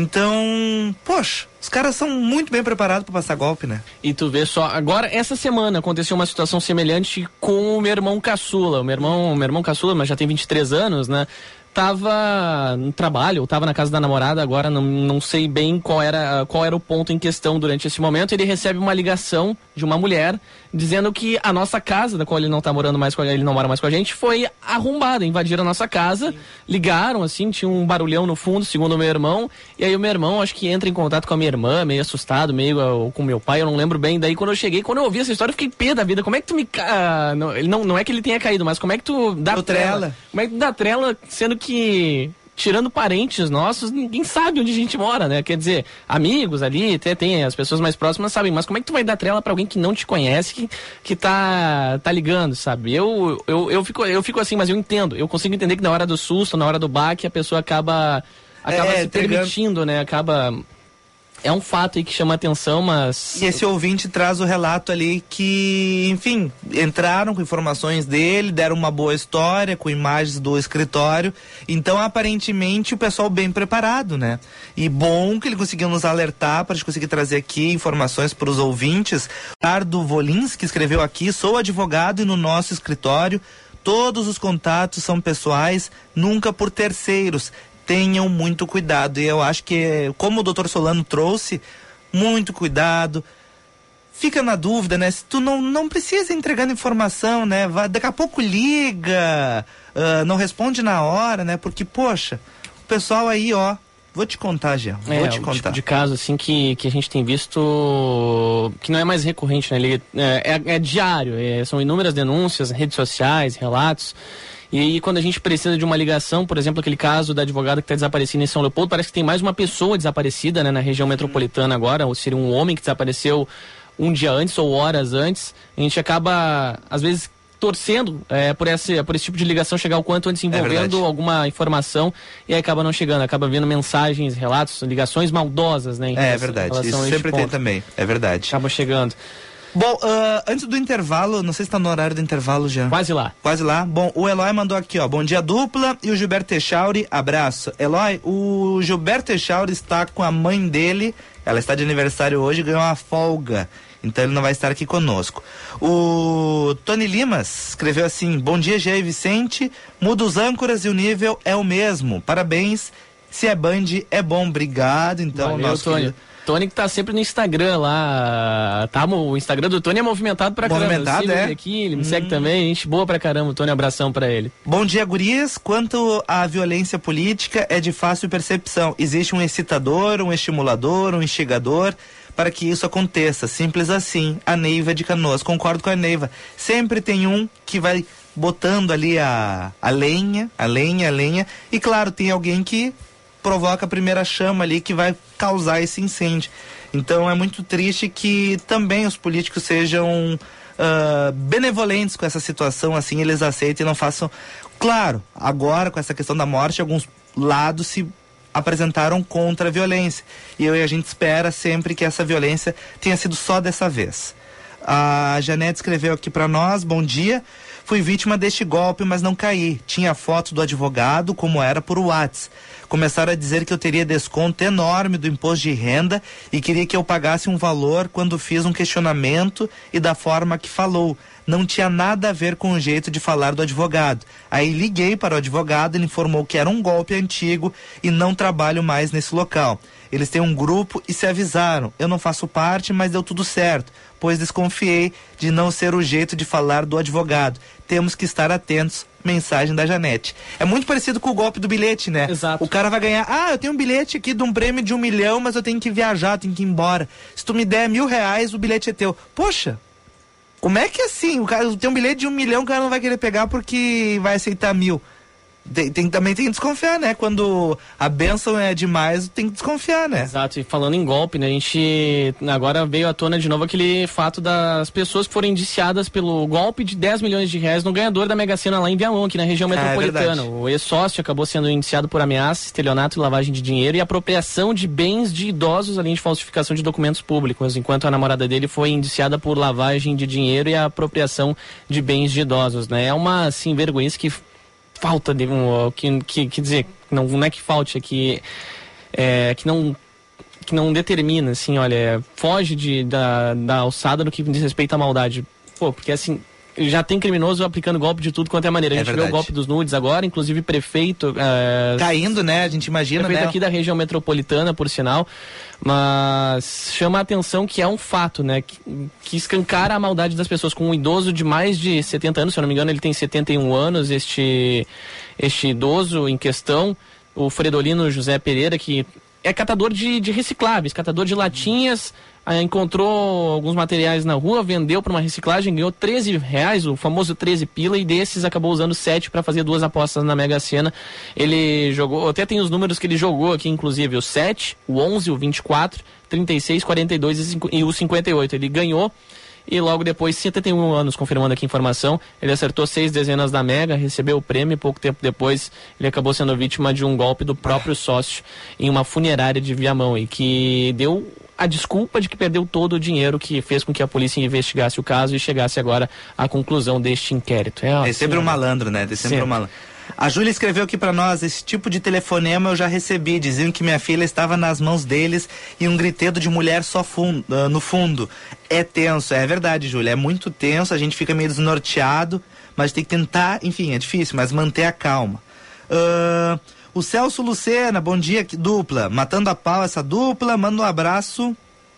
Então, poxa, os caras são muito bem preparados para passar golpe, né? E tu vê só, agora essa semana aconteceu uma situação semelhante com o meu irmão caçula. O meu irmão, o meu irmão caçula, mas já tem vinte e três anos, né? Tava no trabalho, ou tava na casa da namorada, agora não, não sei bem qual era, qual era o ponto em questão durante esse momento. Ele recebe uma ligação de uma mulher dizendo que a nossa casa, da qual ele não tá morando mais com a, ele não mora mais com a gente, foi arrombada, invadiram a nossa casa, Sim. ligaram assim, tinha um barulhão no fundo, segundo o meu irmão, e aí o meu irmão acho que entra em contato com a minha irmã, meio assustado, meio uh, com meu pai, eu não lembro bem. Daí quando eu cheguei, quando eu ouvi essa história, eu fiquei pé da vida. Como é que tu me ca... não, ele não, não é que ele tenha caído, mas como é que tu dá eu trela? trela? Como é que tu dá trela, sendo que tirando parentes nossos, ninguém sabe onde a gente mora, né? Quer dizer, amigos ali, até tem, as pessoas mais próximas sabem, mas como é que tu vai dar trela pra alguém que não te conhece, que, que tá, tá ligando, sabe? Eu, eu, eu, fico, eu fico assim, mas eu entendo, eu consigo entender que na hora do susto, na hora do baque, a pessoa acaba, acaba é, se permitindo, né? Acaba... É um fato aí que chama atenção, mas... E esse ouvinte traz o relato ali que, enfim, entraram com informações dele, deram uma boa história, com imagens do escritório. Então, aparentemente, o pessoal bem preparado, né? E bom que ele conseguiu nos alertar para a gente conseguir trazer aqui informações para os ouvintes. Ricardo Volinski escreveu aqui, sou advogado e no nosso escritório todos os contatos são pessoais, nunca por terceiros. Tenham muito cuidado. E eu acho que, como o doutor Solano trouxe, muito cuidado. Fica na dúvida, né? Se tu não, não precisa entregando informação, né? Vai, daqui a pouco liga, uh, não responde na hora, né? Porque, poxa, o pessoal aí, ó, Vou te contar, Jean. Vou é, te o contar. Tipo de caso, assim, que, que a gente tem visto que não é mais recorrente, né? Ele é, é, é diário, é, são inúmeras denúncias, redes sociais, relatos. E aí, quando a gente precisa de uma ligação, por exemplo, aquele caso da advogada que está desaparecida em São Leopoldo, parece que tem mais uma pessoa desaparecida, né, na região metropolitana agora, ou seria um homem que desapareceu um dia antes ou horas antes. A gente acaba, às vezes, torcendo é, por, esse, por esse tipo de ligação chegar o quanto antes, envolvendo é alguma informação, e aí acaba não chegando, acaba vendo mensagens, relatos, ligações maldosas, né? Em é, relação, é verdade, em isso sempre tem também, é verdade. Acaba chegando. Bom, uh, antes do intervalo, não sei se tá no horário do intervalo já. Quase lá. Quase lá. Bom, o Eloy mandou aqui, ó, bom dia dupla, e o Gilberto Echauri, abraço. Eloy, o Gilberto Echauri está com a mãe dele, ela está de aniversário hoje, ganhou uma folga, então ele não vai estar aqui conosco. O Tony Limas escreveu assim, bom dia, Gê e Vicente, muda os âncoras e o nível é o mesmo, parabéns, se é Band é bom, obrigado, então. Valeu, nosso Tony. querido... Tony que tá sempre no Instagram lá, tá, o Instagram do Tony é movimentado pra caramba. Movimentado, é? Ele aqui, ele me hum. segue também, gente boa pra caramba, Tony, abração pra ele. Bom dia, gurias. Quanto à violência política, é de fácil percepção. Existe um excitador, um estimulador, um instigador para que isso aconteça, simples assim. A Neiva de Canoas, concordo com a Neiva, sempre tem um que vai botando ali a, a lenha, a lenha, a lenha, e claro, tem alguém que provoca a primeira chama ali que vai causar esse incêndio. Então é muito triste que também os políticos sejam uh, benevolentes com essa situação, assim, eles aceitem e não façam. Claro, agora com essa questão da morte, alguns lados se apresentaram contra a violência. E eu e a gente espera sempre que essa violência tenha sido só dessa vez. A Janete escreveu aqui para nós, bom dia. Fui vítima deste golpe, mas não caí. Tinha foto do advogado, como era por WhatsApp. Começaram a dizer que eu teria desconto enorme do imposto de renda e queria que eu pagasse um valor quando fiz um questionamento e da forma que falou. Não tinha nada a ver com o jeito de falar do advogado. Aí liguei para o advogado, ele informou que era um golpe antigo e não trabalho mais nesse local. Eles têm um grupo e se avisaram. Eu não faço parte, mas deu tudo certo, pois desconfiei de não ser o jeito de falar do advogado. Temos que estar atentos. Mensagem da Janete. É muito parecido com o golpe do bilhete, né? Exato. O cara vai ganhar, ah, eu tenho um bilhete aqui de um prêmio de um milhão, mas eu tenho que viajar, tenho que ir embora. Se tu me der mil reais, o bilhete é teu. Poxa, como é que é assim? O cara tem um bilhete de um milhão, o cara não vai querer pegar porque vai aceitar mil. Tem, tem, também tem que desconfiar, né? Quando a bênção é demais, tem que desconfiar, né? Exato, e falando em golpe, né? A gente agora veio à tona de novo aquele fato das pessoas que foram indiciadas pelo golpe de dez milhões de reais no ganhador da Mega Sena lá em Viamão, aqui na região metropolitana. Ah, é o ex-sócio acabou sendo indiciado por ameaça, estelionato e lavagem de dinheiro e apropriação de bens de idosos, além de falsificação de documentos públicos, enquanto a namorada dele foi indiciada por lavagem de dinheiro e apropriação de bens de idosos, né? É uma, assim, vergonhice que falta de um, que, que, que dizer, não, não é que falte, é que, é, que não que não determina, assim, olha, foge de, da, da alçada no que diz respeito à maldade. Pô, porque assim, já tem criminoso aplicando golpe de tudo quanto é maneira. A gente é vê o golpe dos nudes agora, inclusive prefeito... É, caindo, né? A gente imagina, prefeito né? aqui da região metropolitana, por sinal, mas chama a atenção que é um fato, né? Que, que escancara a maldade das pessoas. Com um idoso de mais de setenta anos, se eu não me engano, ele tem setenta e um anos, este, este idoso em questão, o Fredolino José Pereira, que é catador de, de recicláveis, catador de latinhas, aí encontrou alguns materiais na rua, vendeu para uma reciclagem, ganhou treze reais, o famoso treze pila, e desses acabou usando sete para fazer duas apostas na Mega Sena. Ele jogou, até tem os números que ele jogou aqui, inclusive o sete, o onze, o vinte e quatro, trinta e seis, quarenta e dois e o cinquenta e oito. Ele ganhou e logo depois, setenta e um anos, confirmando aqui a informação, ele acertou seis dezenas da Mega, recebeu o prêmio e pouco tempo depois ele acabou sendo vítima de um golpe do próprio sócio em uma funerária de Viamão, e que deu a desculpa de que perdeu todo o dinheiro, que fez com que a polícia investigasse o caso e chegasse agora à conclusão deste inquérito. É, ó, é sempre um malandro, né? É sempre, sempre um malandro. A Júlia escreveu aqui pra nós, esse tipo de telefonema eu já recebi, diziam que minha filha estava nas mãos deles e um gritedo de mulher só fundo, uh, no fundo. É tenso, é verdade, Júlia, é muito tenso, a gente fica meio desnorteado, mas tem que tentar, enfim, é difícil, mas manter a calma. Uh, o Celso Lucena, bom dia, dupla, matando a pau essa dupla, manda um abraço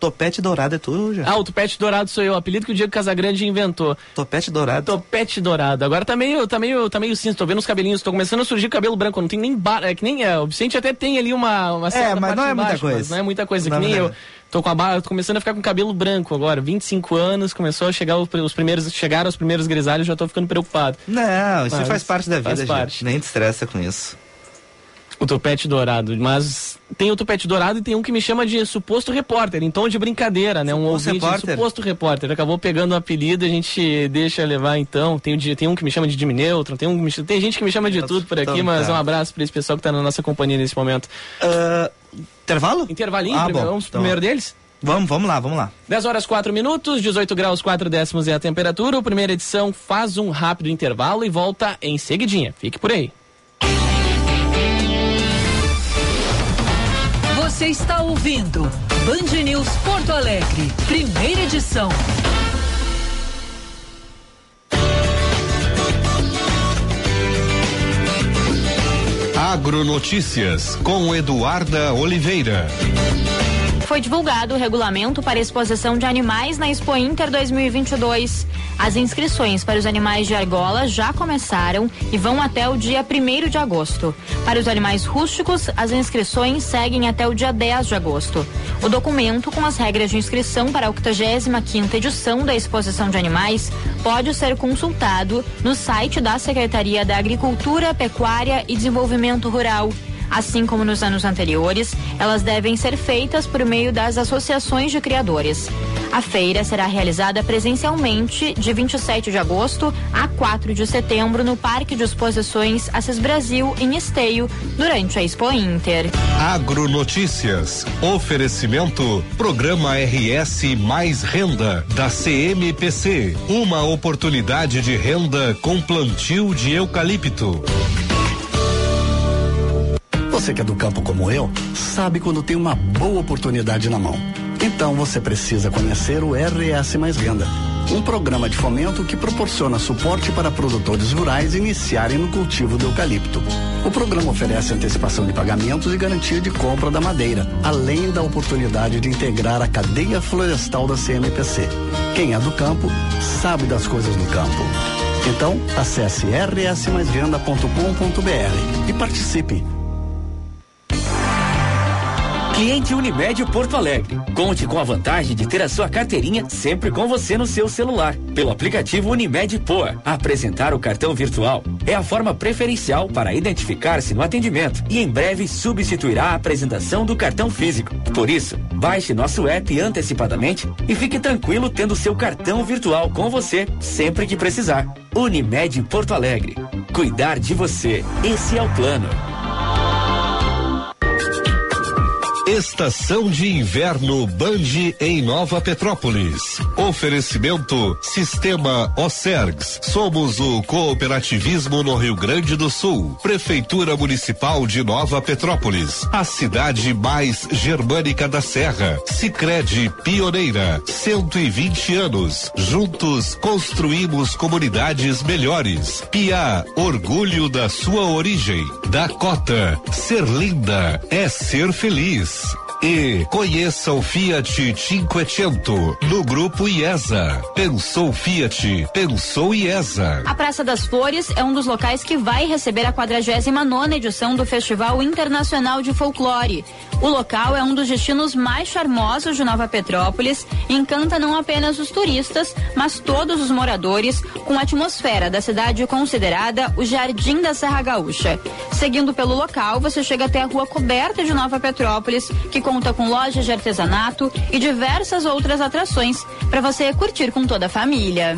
Topete dourado é tu, já? Ah, o topete dourado sou eu, o apelido que o Diego Casagrande inventou. Topete dourado. Topete dourado. Agora tá meio, tá meio, tá meio cinza, tô vendo os cabelinhos, tô começando a surgir cabelo branco, não tem nem barba, é que nem é, o Vicente até tem ali uma, uma certa É, mas não é embaixo, muita coisa. mas não é muita coisa, Não que nem é eu. verdade. Tô com a barba, tô começando a ficar com cabelo branco agora, vinte e cinco anos, começou a chegar os, os primeiros, chegaram os primeiros grisalhos, já tô ficando preocupado. Não, isso Mas faz parte da vida, faz gente. parte. Nem te estressa com isso. O topete dourado, mas tem o topete dourado e tem um que me chama de suposto repórter, em tom de brincadeira, né? Um Suposto ouvinte, repórter? suposto repórter, acabou pegando o apelido, a gente deixa levar então, tem, o de- tem um que me chama de Jimmy Neutron, tem, um, que me chama- tem gente que me chama de tudo por aqui, Então mas tá. um abraço para esse pessoal que tá na nossa companhia nesse momento. Ah, intervalo? Intervalinho, Ah, primeiro, bom, vamos pro então. primeiro deles? Vamos, vamos lá, vamos lá. dez horas quatro minutos, dezoito graus quatro décimos é a temperatura, a primeira edição faz um rápido intervalo e volta em seguidinha, fique por aí. Você está ouvindo Band News Porto Alegre, primeira edição. Agronotícias com Eduarda Oliveira. Foi divulgado o regulamento para exposição de animais na Expo Inter dois mil e vinte e dois. As inscrições para os animais de argola já começaram e vão até o dia primeiro de agosto. Para os animais rústicos, as inscrições seguem até o dia dez de agosto. O documento com as regras de inscrição para a oitagésima quinta edição da exposição de animais pode ser consultado no site da Secretaria da Agricultura, Pecuária e Desenvolvimento Rural. Assim como nos anos anteriores, elas devem ser feitas por meio das associações de criadores. A feira será realizada presencialmente de vinte e sete de agosto a quatro de setembro no Parque de Exposições Assis Brasil, em Esteio, durante a Expo Inter. Agronotícias. Oferecimento. Programa R S Mais Renda da C M P C. Uma oportunidade de renda com plantio de eucalipto. Você que é do campo como eu, sabe quando tem uma boa oportunidade na mão. Então você precisa conhecer o R S Mais Renda, um programa de fomento que proporciona suporte para produtores rurais iniciarem no cultivo do eucalipto. O programa oferece antecipação de pagamentos e garantia de compra da madeira, além da oportunidade de integrar a cadeia florestal da C M P C. Quem é do campo, sabe das coisas do campo. Então, acesse r s mais renda ponto com ponto b r e participe. Cliente Unimed Porto Alegre. Conte com a vantagem de ter a sua carteirinha sempre com você no seu celular. Pelo aplicativo Unimed Poa. Apresentar o cartão virtual é a forma preferencial para identificar-se no atendimento e em breve substituirá a apresentação do cartão físico. Por isso, baixe nosso app antecipadamente e fique tranquilo tendo seu cartão virtual com você sempre que precisar. Unimed Porto Alegre. Cuidar de você. Esse é o plano. Estação de Inverno Band em Nova Petrópolis. Oferecimento Sistema Ocergs. Somos o cooperativismo no Rio Grande do Sul. Prefeitura Municipal de Nova Petrópolis. A cidade mais germânica da Serra. Sicredi Pioneira. cento e vinte anos. Juntos construímos comunidades melhores. Piá, orgulho da sua origem. Dakota, ser linda é ser feliz. E conheça o Fiat Cinquecento no Grupo IESA. Pensou Fiat, pensou IESA. A Praça das Flores é um dos locais que vai receber a quadragésima nona edição do Festival Internacional de Folclore. O local é um dos destinos mais charmosos de Nova Petrópolis e encanta não apenas os turistas, mas todos os moradores, com a atmosfera da cidade considerada o Jardim da Serra Gaúcha. Seguindo pelo local, você chega até a Rua Coberta de Nova Petrópolis, que conta com lojas de artesanato e diversas outras atrações para você curtir com toda a família.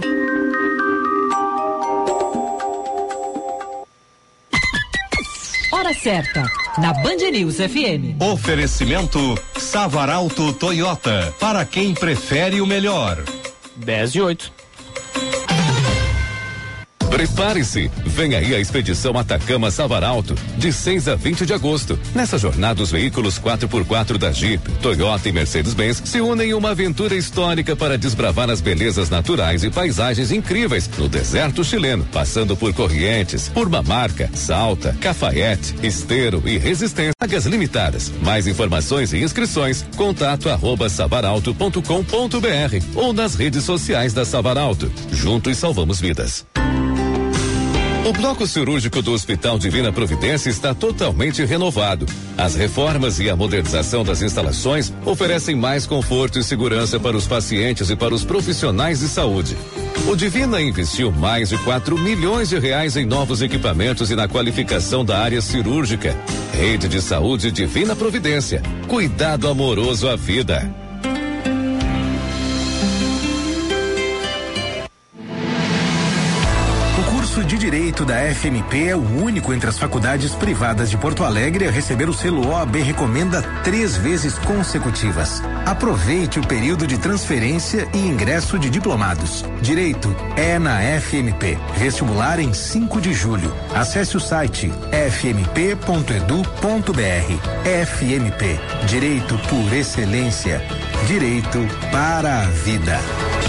Hora certa, na Band News F M. Oferecimento Savaralto Toyota, para quem prefere o melhor. dez e oito. Prepare-se, vem aí a expedição Atacama Savaralto, de seis a vinte de agosto. Nessa jornada, os veículos quatro por quatro da Jeep, Toyota e Mercedes-Benz se unem em uma aventura histórica para desbravar as belezas naturais e paisagens incríveis no deserto chileno, passando por Corrientes, por Mamarca, Salta, Cafayete, Esteiro e Resistência. Vagas limitadas. Mais informações e inscrições, contato arroba savaralto ponto com ponto br ou nas redes sociais da Savaralto. Juntos salvamos vidas. O bloco cirúrgico do Hospital Divina Providência está totalmente renovado. As reformas e a modernização das instalações oferecem mais conforto e segurança para os pacientes e para os profissionais de saúde. O Divina investiu mais de quatro milhões de reais em novos equipamentos e na qualificação da área cirúrgica. Rede de Saúde Divina Providência. Cuidado amoroso à vida. De Direito da F M P é o único entre as faculdades privadas de Porto Alegre a receber o selo O A B Recomenda três vezes consecutivas. Aproveite o período de transferência e ingresso de diplomados. Direito é na F M P. Vestibular em cinco de julho. Acesse o site f m p ponto edu ponto br. F M P. Direito por excelência. Direito para a vida.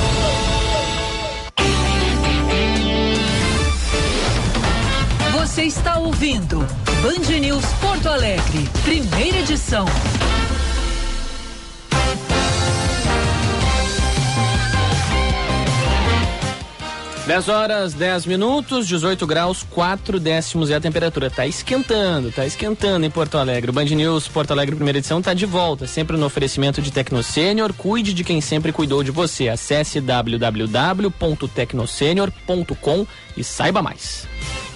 Você está ouvindo Band News Porto Alegre, primeira edição. dez horas, dez minutos, dezoito graus, quatro décimos é a temperatura. Tá esquentando, tá esquentando em Porto Alegre. O Band News Porto Alegre, primeira edição, tá de volta, sempre no oferecimento de Tecnosênior. Cuide de quem sempre cuidou de você. Acesse w w w ponto tecnosenior ponto com e saiba mais.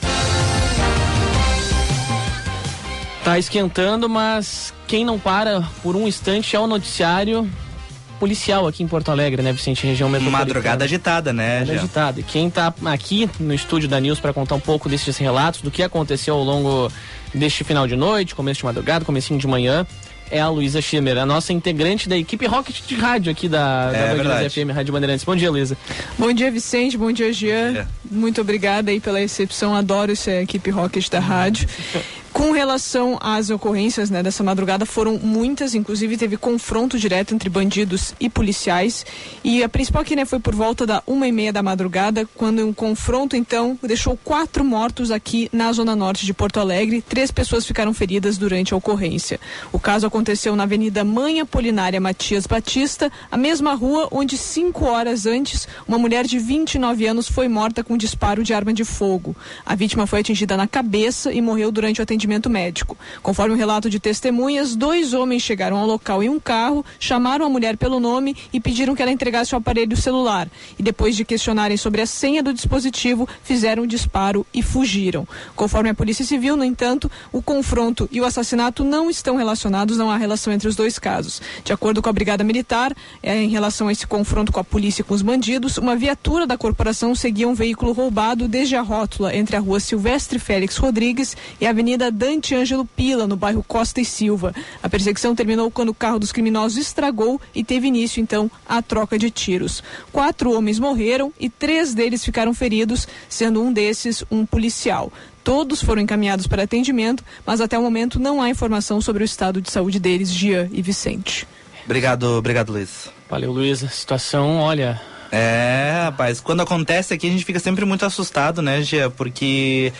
Tá esquentando, mas quem não para por um instante é o noticiário policial aqui em Porto Alegre, né, Vicente? Região metropolitana. Madrugada agitada, né? Madrugada agitada. E quem tá aqui no estúdio da News para contar um pouco desses relatos, do que aconteceu ao longo deste final de noite, começo de madrugada, comecinho de manhã, é a Luísa Schimmer, a nossa integrante da equipe Rocket de rádio aqui da, é, da Band News F M, Rádio Bandeirantes. Bom dia, Luísa. Bom dia, Vicente. Bom dia, Jean. É. Muito obrigada aí pela recepção. Adoro essa equipe Rocket da rádio. Com relação às ocorrências, né, dessa madrugada, foram muitas, inclusive teve confronto direto entre bandidos e policiais, e a principal aqui, né, foi por volta da uma e meia da madrugada, quando um confronto, então, deixou quatro mortos aqui na zona norte de Porto Alegre. Três pessoas ficaram feridas durante a ocorrência. O caso aconteceu na Avenida Mãe Apolinária Matias Batista, a mesma rua onde cinco horas antes, uma mulher de vinte e nove anos foi morta com disparo de arma de fogo. A vítima foi atingida na cabeça e morreu durante o atendimento médico. Conforme o relato de testemunhas, dois homens chegaram ao local em um carro, chamaram a mulher pelo nome e pediram que ela entregasse o aparelho celular. E depois de questionarem sobre a senha do dispositivo, fizeram o disparo e fugiram. Conforme a Polícia Civil, no entanto, o confronto e o assassinato não estão relacionados, não há relação entre os dois casos. De acordo com a Brigada Militar, é, em relação a esse confronto com a polícia e com os bandidos, uma viatura da corporação seguia um veículo roubado desde a rótula entre a rua Silvestre Félix Rodrigues e a Avenida Dante Ângelo Pila, no bairro Costa e Silva. A perseguição terminou quando o carro dos criminosos estragou e teve início, então, a troca de tiros. Quatro homens morreram e três deles ficaram feridos, sendo um desses um policial. Todos foram encaminhados para atendimento, mas até o momento não há informação sobre o estado de saúde deles, Jean e Vicente. Obrigado, obrigado, Luiz. Valeu, Luiz. A situação, olha... É, rapaz, quando acontece aqui a gente fica sempre muito assustado, né, Gia? Porque...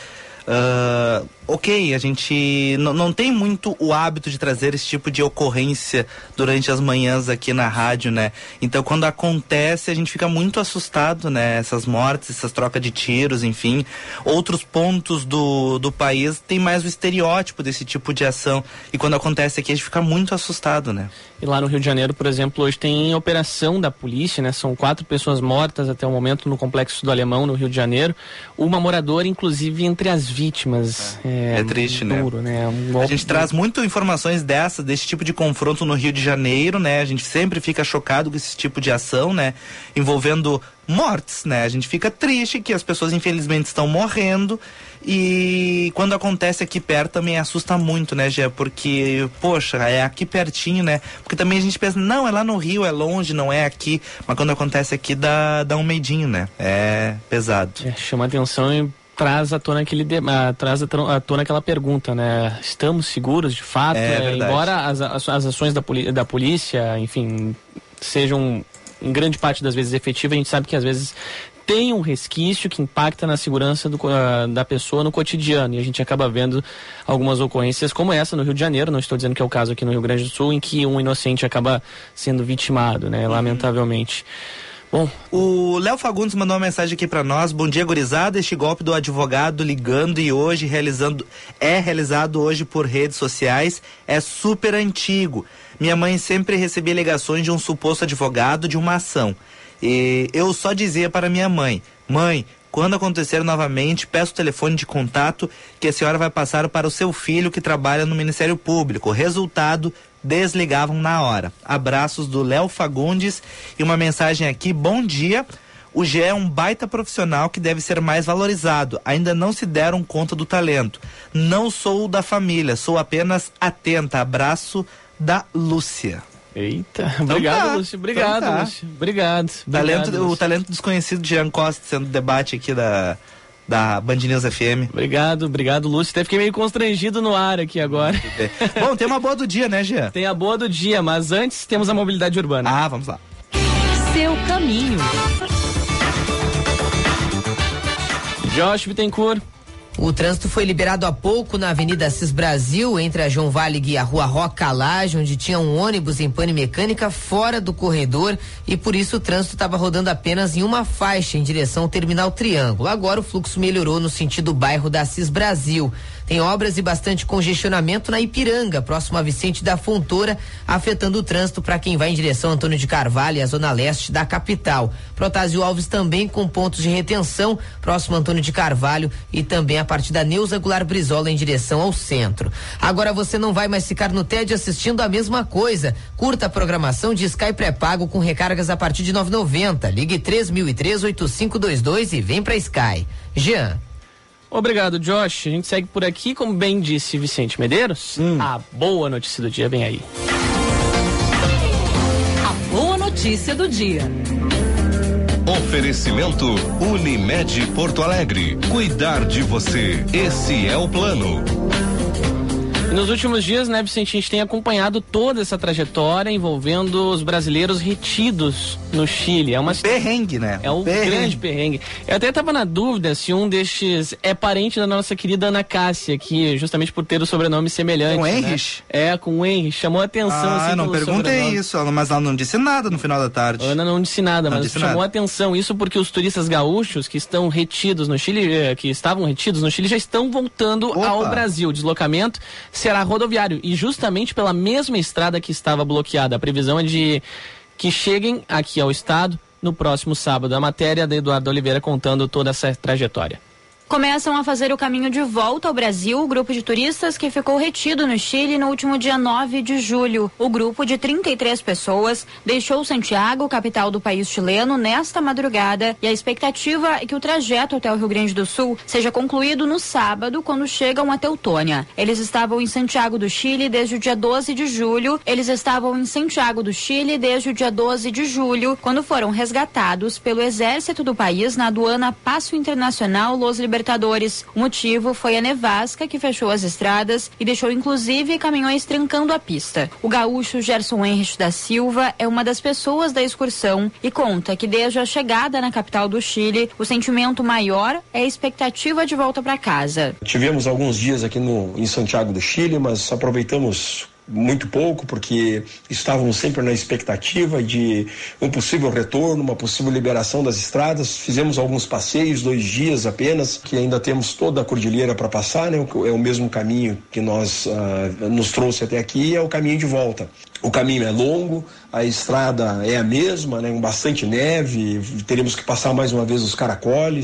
Uh, ok, a gente não, não tem muito o hábito de trazer esse tipo de ocorrência durante as manhãs aqui na rádio, né? Então quando acontece a gente fica muito assustado, né? Essas mortes, essas trocas de tiros, enfim. Outros pontos do, do país tem mais o estereótipo desse tipo de ação, e quando acontece aqui a gente fica muito assustado, né? E lá no Rio de Janeiro, por exemplo, hoje tem operação da polícia, né? São quatro pessoas mortas até o momento no Complexo do Alemão, no Rio de Janeiro. Uma moradora, inclusive, entre as vítimas. É, é triste, duro, né? né? Um a gente traz muito informações dessa, desse tipo de confronto no Rio de Janeiro, né? A gente sempre fica chocado com esse tipo de ação, né? Envolvendo mortes, né? A gente fica triste que as pessoas infelizmente estão morrendo e quando acontece aqui perto também assusta muito, né, Gê? Porque, poxa, é aqui pertinho, né? Porque também a gente pensa, não, é lá no Rio, é longe, não é aqui, mas quando acontece aqui dá, dá um medinho, né? É pesado. É, chama atenção e traz à tona aquele de, uh, traz à tona aquela pergunta, né? Estamos seguros de fato? É, é, embora as, as, as ações da, poli, da polícia, enfim, sejam em grande parte das vezes efetivas, a gente sabe que às vezes tem um resquício que impacta na segurança do, uh, da pessoa no cotidiano, e a gente acaba vendo algumas ocorrências como essa no Rio de Janeiro, não estou dizendo que é o caso aqui no Rio Grande do Sul, em que um inocente acaba sendo vitimado, né? Lamentavelmente. Bom, o Léo Fagundes mandou uma mensagem aqui pra nós. Bom dia, gurizada. Este golpe do advogado ligando e hoje realizando, é realizado hoje por redes sociais, é super antigo. Minha mãe sempre recebia ligações de um suposto advogado de uma ação. E eu só dizia para minha mãe, mãe, quando acontecer novamente, peço o telefone de contato que a senhora vai passar para o seu filho que trabalha no Ministério Público. Resultado, desligavam na hora. Abraços do Léo Fagundes e uma mensagem aqui, bom dia, o Gé é um baita profissional que deve ser mais valorizado, ainda não se deram conta do talento. Não sou da família, sou apenas atenta. Abraço da Lúcia. Eita, obrigado, então tá, Lúcio. Obrigado, então tá. Lúcio. Obrigado. Talento, obrigado, o talento desconhecido de Jean Costa sendo debate aqui da, da Band News F M. Obrigado, obrigado, Lúcio. Até fiquei meio constrangido no ar aqui agora. Bom, tem uma boa do dia, né, Jean? Tem a boa do dia, mas antes temos a mobilidade urbana. Ah, vamos lá. Seu caminho. Josh Bittencourt. O trânsito foi liberado há pouco na Avenida Assis Brasil, entre a João Valig e a Rua Roca Laje, onde tinha um ônibus em pane mecânica fora do corredor e por isso o trânsito estava rodando apenas em uma faixa em direção ao Terminal Triângulo. Agora o fluxo melhorou no sentido bairro da Assis Brasil. Tem obras e bastante congestionamento na Ipiranga, próximo a Vicente da Fontoura, afetando o trânsito para quem vai em direção a Antônio de Carvalho e a zona leste da capital. Protásio Alves também com pontos de retenção, próximo a Antônio de Carvalho e também a partir da Neuza Goulart Brizola em direção ao centro. Agora você não vai mais ficar no tédio assistindo a mesma coisa. Curta a programação de Sky pré-pago com recargas a partir de nove reais e noventa centavos. Ligue três mil e três, oito cinco dois dois e vem pra Sky. Jean. Obrigado, Josh. A gente segue por aqui, como bem disse Vicente Medeiros. Hum. A boa notícia do dia vem aí. A boa notícia do dia. Oferecimento Unimed Porto Alegre. Cuidar de você. Esse é o plano. E nos últimos dias, né, Vicente, a gente tem acompanhado toda essa trajetória envolvendo os brasileiros retidos no Chile. É uma perrengue, né? É um perrengue. grande perrengue. Eu até estava na dúvida se um destes é parente da nossa querida Ana Cássia, que justamente por ter o sobrenome semelhante. Com né? Henrich? É, com o Henrich. Chamou a atenção. Ah, assim, não perguntei sobrenome. isso, mas ela não disse nada no final da tarde. Ana não disse nada, não mas disse chamou nada. a atenção. Isso porque os turistas gaúchos que estão retidos no Chile, que estavam retidos no Chile, já estão voltando Opa. ao Brasil. O deslocamento será rodoviário e justamente pela mesma estrada que estava bloqueada. A previsão é de que cheguem aqui ao estado no próximo sábado. A matéria da Eduardo Oliveira contando toda essa trajetória. Começam a fazer o caminho de volta ao Brasil o grupo de turistas que ficou retido no Chile no último dia nove de julho. O grupo de trinta e três pessoas deixou Santiago, capital do país chileno, nesta madrugada e a expectativa é que o trajeto até o Rio Grande do Sul seja concluído no sábado, quando chegam a Teutônia. Eles estavam em Santiago do Chile desde o dia doze de julho. Eles estavam em Santiago do Chile desde o dia doze de julho, quando foram resgatados pelo exército do país na aduana Passo Internacional Los Libertadores. O motivo foi a nevasca que fechou as estradas e deixou inclusive caminhões trancando a pista. O gaúcho Gerson Henrich da Silva é uma das pessoas da excursão e conta que desde a chegada na capital do Chile, o sentimento maior é a expectativa de volta para casa. Tivemos alguns dias aqui no, em Santiago do Chile, mas aproveitamos muito pouco, porque estávamos sempre na expectativa de um possível retorno, uma possível liberação das estradas. Fizemos alguns passeios, dois dias apenas, que ainda temos toda a cordilheira para passar, né? É o mesmo caminho que nós uh, nos trouxe até aqui, é o caminho de volta. O caminho é longo, a estrada é a mesma, né? Com bastante neve, teremos que passar mais uma vez os caracoles.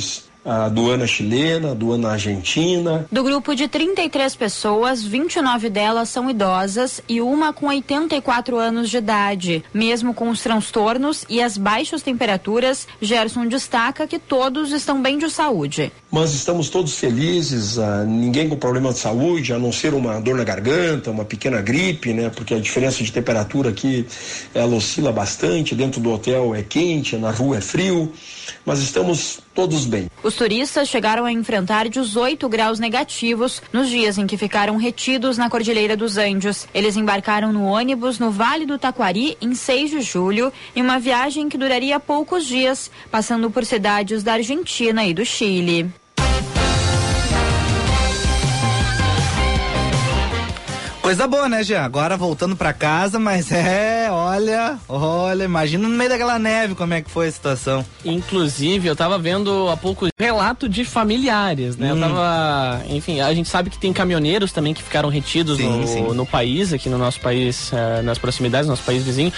a aduana chilena, a aduana argentina. Do grupo de trinta e três pessoas, vinte e nove delas são idosas e uma com oitenta e quatro anos de idade. Mesmo com os transtornos e as baixas temperaturas, Gerson destaca que todos estão bem de saúde. Mas estamos todos felizes, ah, ninguém com problema de saúde, a não ser uma dor na garganta, uma pequena gripe, né? Porque a diferença de temperatura aqui, ela oscila bastante, dentro do hotel é quente, na rua é frio, mas estamos todos bem. Os turistas chegaram a enfrentar dezoito graus negativos nos dias em que ficaram retidos na Cordilheira dos Andes. Eles embarcaram no ônibus no Vale do Taquari em seis de julho, em uma viagem que duraria poucos dias, passando por cidades da Argentina e do Chile. Coisa boa, né, Jean? Agora voltando pra casa, mas é, olha, olha, imagina no meio daquela neve como é que foi a situação. Inclusive, eu tava vendo há pouco relato de familiares, né? Hum. Eu tava, enfim, a gente sabe que tem caminhoneiros também que ficaram retidos sim, no, sim. no país, aqui no nosso país, uh, nas proximidades, no nosso país vizinho.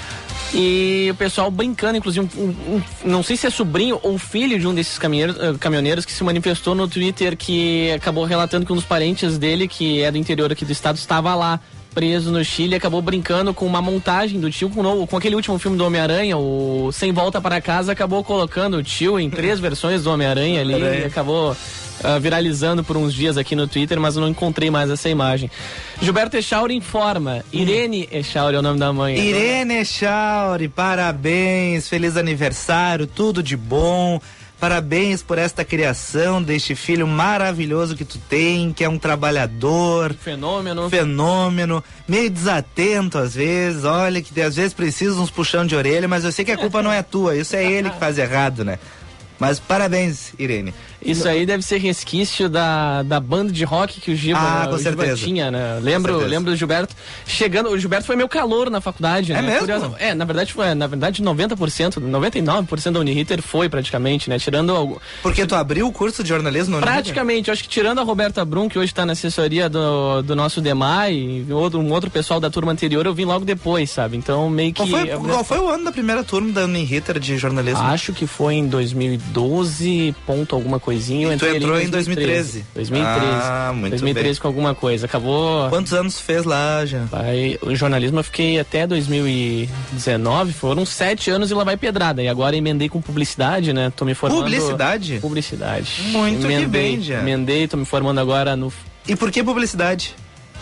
E o pessoal brincando, inclusive, um, um, não sei se é sobrinho ou filho de um desses caminhoneiros, uh, caminhoneiros que se manifestou no Twitter, que acabou relatando que um dos parentes dele, que é do interior aqui do estado, estava lá preso no Chile e acabou brincando com uma montagem do tio, com, com aquele último filme do Homem-Aranha, o Sem Volta para Casa, acabou colocando o tio em três versões do Homem-Aranha ali e acabou Uh, viralizando por uns dias aqui no Twitter, mas eu não encontrei mais essa imagem. Gilberto Echauri informa. Hum. Irene Echauri é o nome da mãe. Irene Echauri, parabéns, feliz aniversário, tudo de bom. Parabéns por esta criação deste filho maravilhoso que tu tem, que é um trabalhador. Fenômeno. Fenômeno. Meio desatento às vezes, olha que às vezes precisa uns puxão de orelha, mas eu sei que a culpa não é tua, isso é ele que faz errado, né? Mas parabéns, Irene. Isso aí deve ser resquício da, da banda de rock que o Giba, ah, com o Giba tinha, né? Lembro, lembro do Gilberto chegando. O Gilberto foi meu calouro na faculdade, é né? Mesmo? Curioso, é, na verdade foi, na verdade noventa por cento, noventa e nove por cento da Uniriter foi praticamente, né? Tirando algo. Porque tu abriu o curso de jornalismo na Uniriter? Praticamente, eu acho que tirando a Roberta Brum, que hoje está na assessoria do, do nosso Demai, e outro, um outro pessoal da turma anterior, eu vim logo depois, sabe? Então meio que. Qual foi, qual foi o ano da primeira turma da Uniriter de jornalismo? Acho que foi em dois mil e doze, ponto alguma coisinha. E tu entrou em dois mil e treze. dois mil e treze. Ah, muito dois mil e treze bem. Com alguma coisa. Acabou. Quantos anos fez lá, já? Vai, o jornalismo eu fiquei até dois mil e dezenove, foram sete anos e lá vai pedrada. E agora emendei com publicidade, né? Tô me formando. Publicidade? Publicidade. Muito emendei, que bem, já. Emendei, tô me formando agora no. E por que publicidade?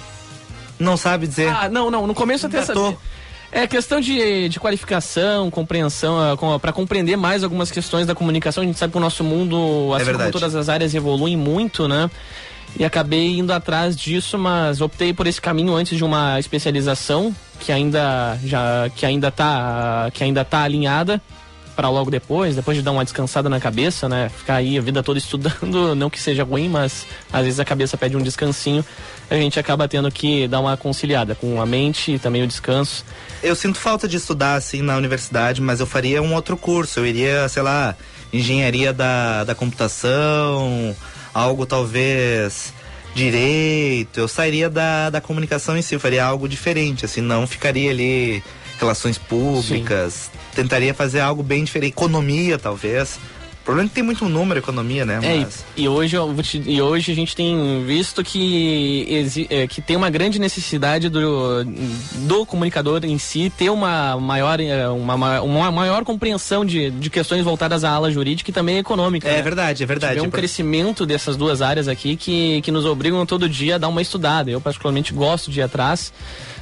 Não sabe dizer? Ah, não, não. No começo até sabia. É questão de, de qualificação, compreensão, para compreender mais algumas questões da comunicação. A gente sabe que o nosso mundo, assim é como todas as áreas, evoluem muito, né? E acabei indo atrás disso, mas optei por esse caminho antes de uma especialização que ainda já que ainda tá que ainda tá alinhada para logo depois, depois de dar uma descansada na cabeça, né? Ficar aí a vida toda estudando, não que seja ruim, mas às vezes a cabeça pede um descansinho, a gente acaba tendo que dar uma conciliada com a mente e também o descanso. Eu sinto falta de estudar assim na universidade, mas eu faria um outro curso, eu iria, sei lá, engenharia da, da computação, algo talvez direito, eu sairia da, da comunicação em si, eu faria algo diferente, assim, não ficaria ali relações públicas, sim. Tentaria fazer algo bem diferente, economia talvez. O problema é que tem muito número economia, né? Mas... É, e, hoje, eu vou te, e hoje a gente tem visto que, exi, é, que tem uma grande necessidade do, do comunicador em si ter uma maior, uma, uma maior compreensão de, de questões voltadas à ala jurídica e também econômica. É né? verdade, é verdade. Tiver um é crescimento dessas duas áreas aqui que, que nos obrigam todo dia a dar uma estudada. Eu particularmente gosto de ir atrás.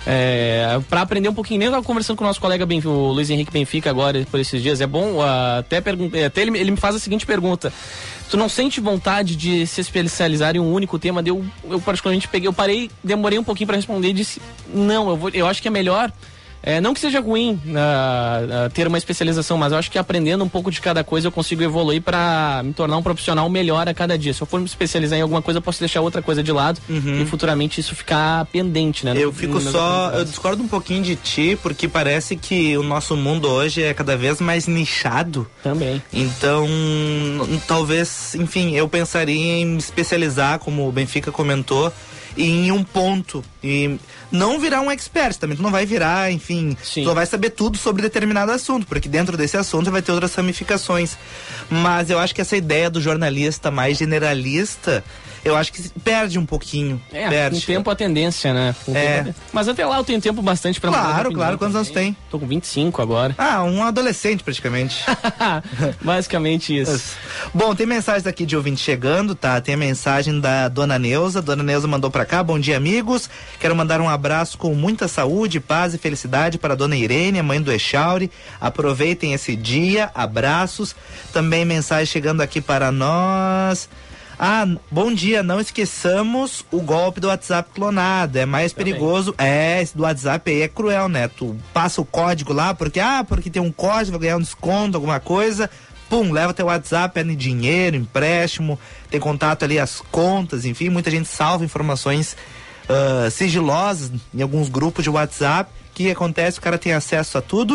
É, para aprender um pouquinho, nem eu tava conversando com o nosso colega Benfica, o Luiz Henrique Benfica agora por esses dias, é bom uh, até, até ele, ele me faz a seguinte pergunta: tu não sente vontade de se especializar em um único tema? Eu, eu particularmente peguei, eu parei, demorei um pouquinho para responder e disse, não, eu, vou, eu acho que é melhor, é, não que seja ruim uh, uh, ter uma especialização, mas eu acho que aprendendo um pouco de cada coisa eu consigo evoluir para me tornar um profissional melhor a cada dia. Se eu for me especializar em alguma coisa, eu posso deixar outra coisa de lado uhum. e futuramente isso ficar pendente, né? Eu no, fico no só, eu discordo um pouquinho de ti, porque parece que o nosso mundo hoje é cada vez mais nichado. Também. Então, talvez, enfim, eu pensaria em me especializar, como o Benfica comentou, em um ponto e não virar um expert também, tu não vai virar, enfim, Sim. tu vai saber tudo sobre determinado assunto, porque dentro desse assunto vai ter outras ramificações, mas eu acho que essa ideia do jornalista mais generalista, eu acho que perde um pouquinho. É, perde. com tempo a tendência, né? Com é. tempo, mas até lá eu tenho tempo bastante pra mudar. Claro, claro. Quantos anos tem? Tô com vinte e cinco agora. Ah, um adolescente praticamente. Basicamente isso. Bom, tem mensagens aqui de ouvinte chegando, tá? Tem a mensagem da Dona Neuza. Dona Neuza mandou pra cá. Bom dia, amigos. Quero mandar um abraço com muita saúde, paz e felicidade para a Dona Irene, a mãe do Echauri. Aproveitem esse dia. Abraços. Também mensagem chegando aqui para nós. Ah, bom dia, não esqueçamos o golpe do WhatsApp clonado, é mais Também. perigoso, é, esse do WhatsApp aí é cruel, né, tu passa o código lá, porque, ah, porque tem um código, vai ganhar um desconto, alguma coisa, pum, leva teu WhatsApp, é dinheiro, empréstimo, tem contato ali, as contas, enfim, muita gente salva informações uh, sigilosas em alguns grupos de WhatsApp, o que acontece, o cara tem acesso a tudo.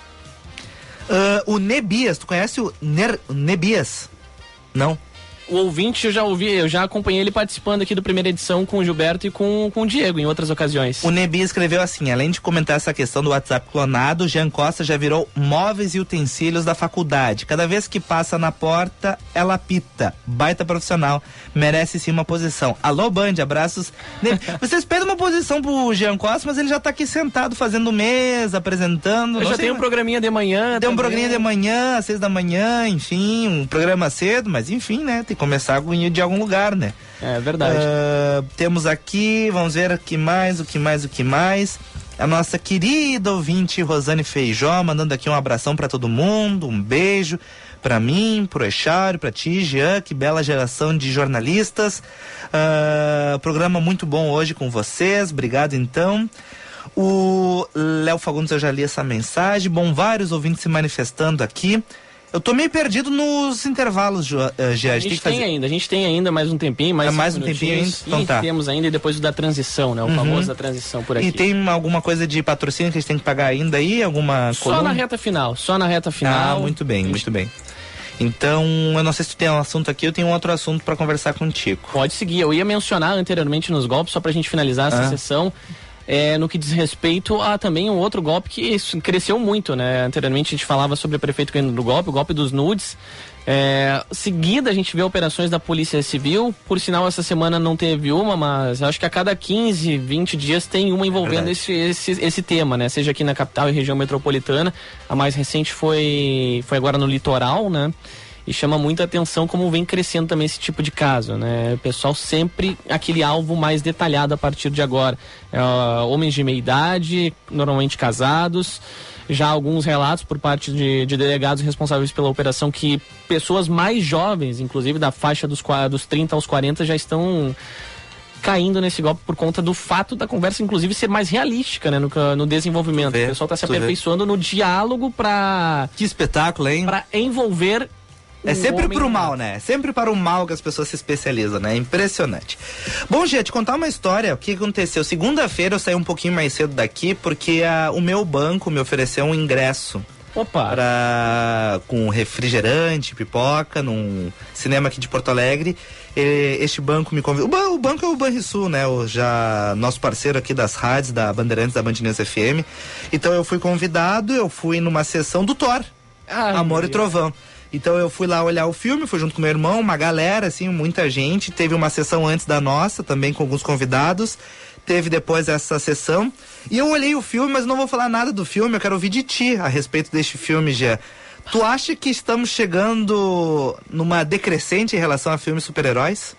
Uh, o Nebias, tu conhece o Ner, Nebias? Não? O ouvinte eu já ouvi, eu já acompanhei ele participando aqui do primeira edição com o Gilberto e com, com o Diego em outras ocasiões. O Nebi escreveu assim, além de comentar essa questão do WhatsApp clonado, Jean Costa já virou móveis e utensílios da faculdade. Cada vez que passa na porta, ela apita. Baita profissional, merece sim uma posição. Alô, Band, abraços. Vocês pedem uma posição pro Jean Costa, mas ele já tá aqui sentado fazendo mesa, apresentando. Eu já tem um programinha de manhã. Tem um programinha de manhã, às seis da manhã, enfim, um programa cedo, mas enfim, né, tem começar a ir de algum lugar, né? É verdade. Uh, temos aqui, vamos ver o que mais, o que mais, o que mais. A nossa querida ouvinte Rosane Feijó, mandando aqui um abração pra todo mundo, um beijo pra mim, pro Echário, pra ti, Jean, que bela geração de jornalistas. Uh, programa muito bom hoje com vocês, obrigado então. O Léo Fagundes, eu já li essa mensagem. Bom, vários ouvintes se manifestando aqui. Eu tô meio perdido nos intervalos, Gia. Uh, a gente tem, tem fazer... ainda, a gente tem ainda mais um tempinho, mais, é mais um tempinho ainda? Então tá. Temos ainda e depois o da transição, né? O uhum. famoso da transição por aqui. E tem alguma coisa de patrocínio que a gente tem que pagar ainda aí? Alguma Só coluna? na reta final, só na reta final. Ah, muito bem, gente... muito bem. Então, eu não sei se tu tem um assunto aqui, eu tenho um outro assunto para conversar contigo. Pode seguir, eu ia mencionar anteriormente nos golpes, só pra gente finalizar essa ah. sessão. É, no que diz respeito a também um outro golpe que cresceu muito, né? Anteriormente a gente falava sobre o prefeito caindo do golpe, o golpe dos nudes. É, seguida a gente vê operações da Polícia Civil, por sinal essa semana não teve uma, mas acho que a cada quinze, vinte dias tem uma envolvendo é esse, esse, esse tema, né? Seja aqui na capital e região metropolitana, a mais recente foi, foi agora no litoral, né? E chama muita atenção como vem crescendo também esse tipo de caso, né? O pessoal sempre aquele alvo mais detalhado a partir de agora. É, uh, homens de meia idade, normalmente casados. Já alguns relatos por parte de, de delegados responsáveis pela operação que pessoas mais jovens, inclusive da faixa dos, dos trinta aos quarenta, já estão caindo nesse golpe por conta do fato da conversa, inclusive, ser mais realística, né, no, no desenvolvimento. Vê, o pessoal está se aperfeiçoando vê. no diálogo para... Que espetáculo, hein? Para envolver... É sempre pro mal, né? É sempre para o mal que as pessoas se especializam, né? Impressionante. Bom, gente, te contar uma história. O que aconteceu? Segunda-feira eu saí um pouquinho mais cedo daqui porque a, o meu banco me ofereceu um ingresso. Opa! Pra, com refrigerante, pipoca, num cinema aqui de Porto Alegre. E, este banco me convidou. O, ban, o banco é o Banrisul, né? O, já nosso parceiro aqui das rádios, da Bandeirantes, da Band News F M. Então eu fui convidado, eu fui numa sessão do Thor. Ai, Amor e Trovão. Então eu fui lá olhar o filme, fui junto com meu irmão, uma galera, assim, muita gente. Teve uma sessão antes da nossa, também com alguns convidados. Teve depois essa sessão. E eu olhei o filme, mas não vou falar nada do filme, eu quero ouvir de ti a respeito deste filme, Gê. Tu acha que estamos chegando numa decrescente em relação a filmes super-heróis?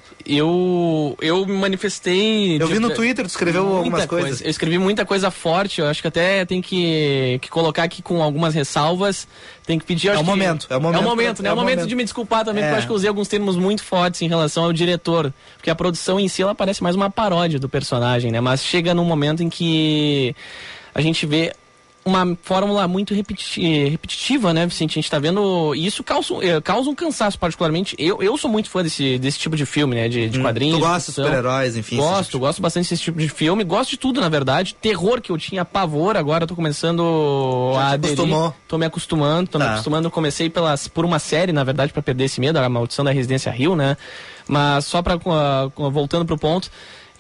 Eu, eu me manifestei... Eu de, vi no Twitter, tu escreveu algumas coisas. Coisa. Eu escrevi muita coisa forte, eu acho que até tem que, que colocar aqui com algumas ressalvas. Tem que pedir... É o momento, é o momento. É o momento, né? É o momento de me desculpar também, é. porque eu acho que eu usei alguns termos muito fortes em relação ao diretor. Porque a produção em si, ela parece mais uma paródia do personagem, né? Mas chega num momento em que a gente vê uma fórmula muito repeti- repetitiva, né, Vicente? A gente tá vendo... E isso causa, causa um cansaço, particularmente. Eu, eu sou muito fã desse, desse tipo de filme, né? De, de hum, quadrinhos. Tu gosta de super-heróis, enfim. Gosto, tipo. gosto bastante desse tipo de filme. Gosto de tudo, na verdade. Terror, que eu tinha pavor, agora eu tô começando Já a aderir. Acostumou. Tô me acostumando, tô tá. me acostumando. Eu comecei pelas, por uma série, na verdade, pra perder esse medo, a Maldição da Residência Hill, né? Mas só pra... Uh, voltando pro ponto...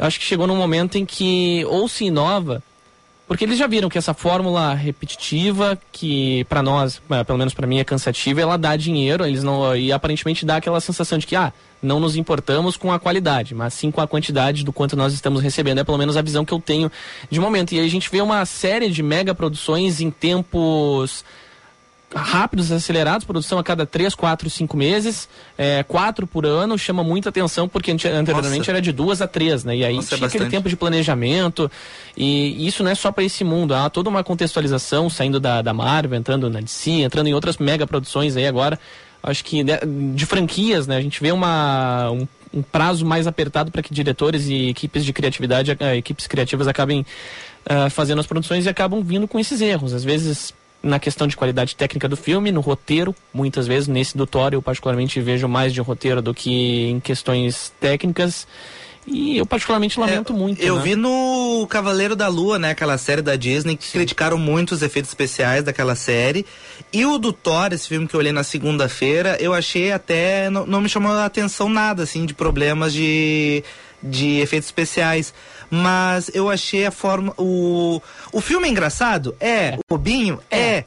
eu acho que chegou num momento em que ou se inova, porque eles já viram que essa fórmula repetitiva, que para nós, pelo menos para mim é cansativa, ela dá dinheiro, eles não, e aparentemente dá aquela sensação de que, ah, não nos importamos com a qualidade, mas sim com a quantidade do quanto nós estamos recebendo. É pelo menos a visão que eu tenho de momento. E aí a gente vê uma série de mega produções em tempos rápidos, acelerados, produção a cada três, quatro, cinco meses, é, quatro por ano, chama muita atenção, porque anteriormente Nossa. era de duas a três, né? E aí Nossa, tinha é aquele tempo de planejamento, e isso não é só para esse mundo, há toda uma contextualização saindo da, da Marvel, entrando na D C, entrando em outras mega produções aí agora, acho que de, de franquias, né? A gente vê uma, um, um prazo mais apertado para que diretores e equipes de criatividade, uh, equipes criativas acabem uh, fazendo as produções e acabam vindo com esses erros, às vezes na questão de qualidade técnica do filme, no roteiro, muitas vezes, nesse do Thor eu particularmente vejo mais de roteiro do que em questões técnicas, e eu particularmente lamento é, muito. Eu né? vi no Cavaleiro da Lua, né, aquela série da Disney, que Sim. criticaram muito os efeitos especiais daquela série, e o do Thor, esse filme que eu olhei na segunda-feira, eu achei até, não, não me chamou a atenção nada, assim, de problemas de, de efeitos especiais. Mas eu achei a forma. O, o filme é engraçado? É. O bobinho? É. é.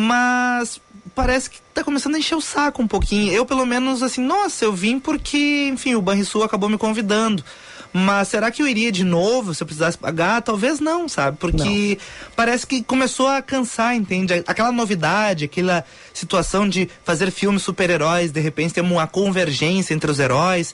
Mas parece que tá começando a encher o saco um pouquinho. Eu, pelo menos, assim, nossa, eu vim porque, enfim, o Banrisul acabou me convidando. Mas será que eu iria de novo se eu precisasse pagar? Talvez não, sabe? Porque não. Parece que começou a cansar, entende? Aquela novidade, aquela situação de fazer filmes super-heróis, de repente tem uma convergência entre os heróis.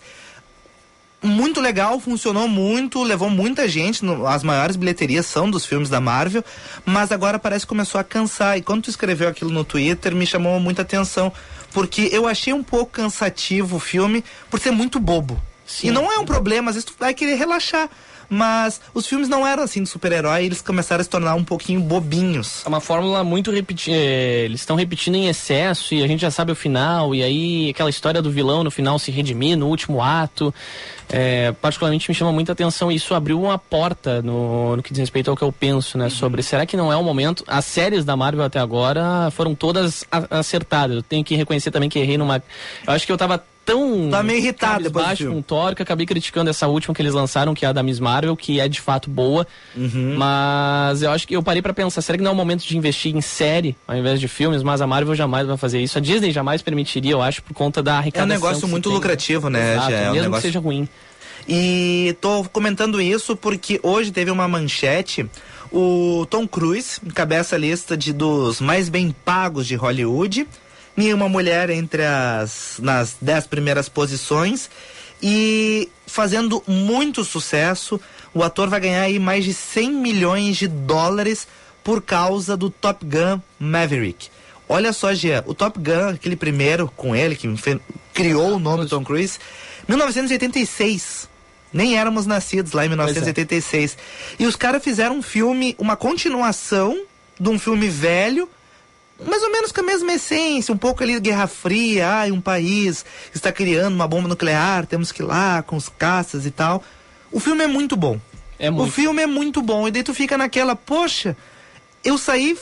Muito legal, funcionou muito, levou muita gente, no, as maiores bilheterias são dos filmes da Marvel, mas agora parece que começou a cansar, e quando tu escreveu aquilo no Twitter, me chamou muita atenção, porque eu achei um pouco cansativo o filme, por ser muito bobo. Sim. E não é um problema, às vezes tu vai querer relaxar, mas os filmes não eram assim de super-herói, eles começaram a se tornar um pouquinho bobinhos. É uma fórmula muito repetida, eles estão repetindo em excesso e a gente já sabe o final, e aí aquela história do vilão no final se redimir no último ato, é, particularmente me chama muita atenção, e isso abriu uma porta no, no que diz respeito ao que eu penso, né, sobre será que não é o momento, as séries da Marvel até agora foram todas a, acertadas, eu tenho que reconhecer também que errei numa, eu acho que eu tava tão tá meio irritado depois baixo com o Thor, que acabei criticando essa última que eles lançaram, que é a da Miss Marvel, que é de fato boa, uhum. Mas eu acho que eu parei pra pensar, será que não é o momento de investir em série ao invés de filmes? Mas a Marvel jamais vai fazer isso, a Disney jamais permitiria, eu acho, por conta da arrecadação. É um negócio muito lucrativo, né? Exato, Já é um mesmo negócio... que seja ruim. E tô comentando isso porque hoje teve uma manchete, o Tom Cruise encabeça a lista de, dos mais bem pagos de Hollywood, nenhuma mulher entre as nas dez primeiras posições, e fazendo muito sucesso. O ator vai ganhar aí mais de cem milhões de dólares por causa do Top Gun Maverick. Olha só, Gia, o Top Gun, aquele primeiro com ele, que criou o nome do Tom Cruise, mil novecentos e oitenta e seis. Nem éramos nascidos lá em mil novecentos e oitenta e seis. É. E os caras fizeram um filme, uma continuação de um filme velho, mais ou menos com a mesma essência, um pouco ali de Guerra Fria, ai, um país está criando uma bomba nuclear, temos que ir lá com os caças e tal. O filme é muito bom. É muito. O filme é muito bom, e daí tu fica naquela, poxa, eu saí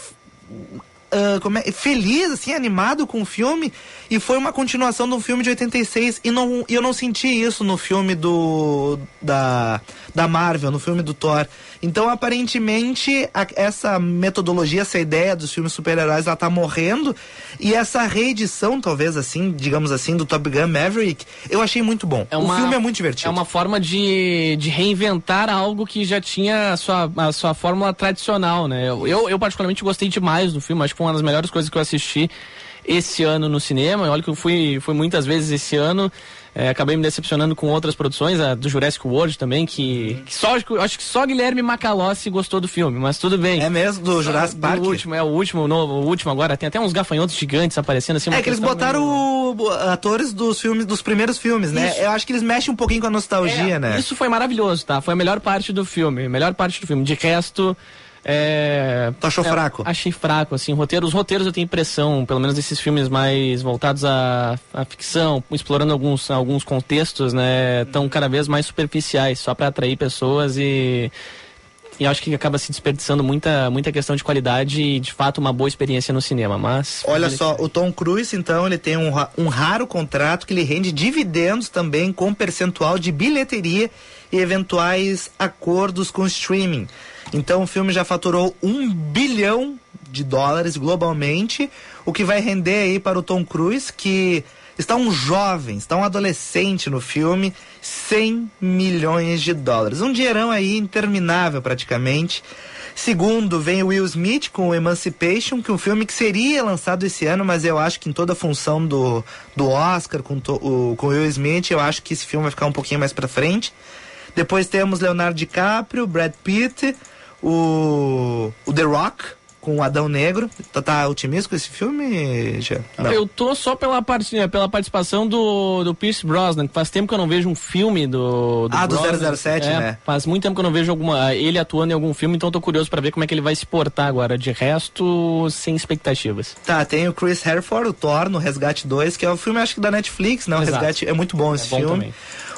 uh, como é, feliz, assim, animado com o filme, e foi uma continuação de um filme de oitenta e seis, e não, eu não senti isso no filme do da, da Marvel, no filme do Thor. Então, aparentemente, a, essa metodologia, essa ideia dos filmes super-heróis, ela tá morrendo, e essa reedição, talvez assim, digamos assim, do Top Gun Maverick, eu achei muito bom. É uma, o filme é muito divertido. É uma forma de, de reinventar algo que já tinha a sua, a sua fórmula tradicional, né? Eu, eu, eu particularmente gostei demais do filme, acho que foi uma das melhores coisas que eu assisti esse ano no cinema. Olha que eu fui, fui muitas vezes esse ano. É, acabei me decepcionando com outras produções, a do Jurassic World também, que, que só, acho que só Guilherme Macalossi gostou do filme, mas tudo bem. É mesmo, do Jurassic Park? O último, é o último, o novo, o último agora, tem até uns gafanhotos gigantes aparecendo assim. É que eles botaram meio... atores dos filmes, dos primeiros filmes, né? Isso. Eu acho que eles mexem um pouquinho com a nostalgia, é, né? Isso foi maravilhoso, tá? Foi a melhor parte do filme, melhor parte do filme. De resto... É, tu achou é, fraco? Achei fraco, assim, roteiro, os roteiros eu tenho impressão, pelo menos desses filmes mais voltados à, à ficção, explorando alguns, alguns contextos, né, estão cada vez mais superficiais, só para atrair pessoas e E acho que acaba se desperdiçando muita, muita questão de qualidade e, de fato, uma boa experiência no cinema, mas... Olha só, o Tom Cruise, então, ele tem um, um raro contrato que lhe rende dividendos também com percentual de bilheteria e eventuais acordos com streaming. Então, o filme já faturou um bilhão de dólares globalmente, o que vai render aí para o Tom Cruise, que está um jovem, está um adolescente no filme, cem milhões de dólares. Um dinheirão aí interminável praticamente. Segundo, vem o Will Smith com o Emancipation, que é um filme que seria lançado esse ano, mas eu acho que em toda a função do, do Oscar com, to, o, com o Will Smith, eu acho que esse filme vai ficar um pouquinho mais pra frente. Depois temos Leonardo DiCaprio, Brad Pitt, o, o The Rock com o Adão Negro. Tá, tá otimista com esse filme, já? Não. Eu tô só pela, part... pela participação do, do Pierce Brosnan, que faz tempo que eu não vejo um filme do, do Ah, do Brosnan. zero zero sete, é, né? Faz muito tempo que eu não vejo alguma, ele atuando em algum filme, então tô curioso pra ver como é que ele vai se portar agora. De resto, sem expectativas. Tá, tem o Chris Hemsworth, o Thor, no Resgate dois, que é o filme, acho que da Netflix, né? O Exato. Resgate é muito bom esse é bom filme. Também.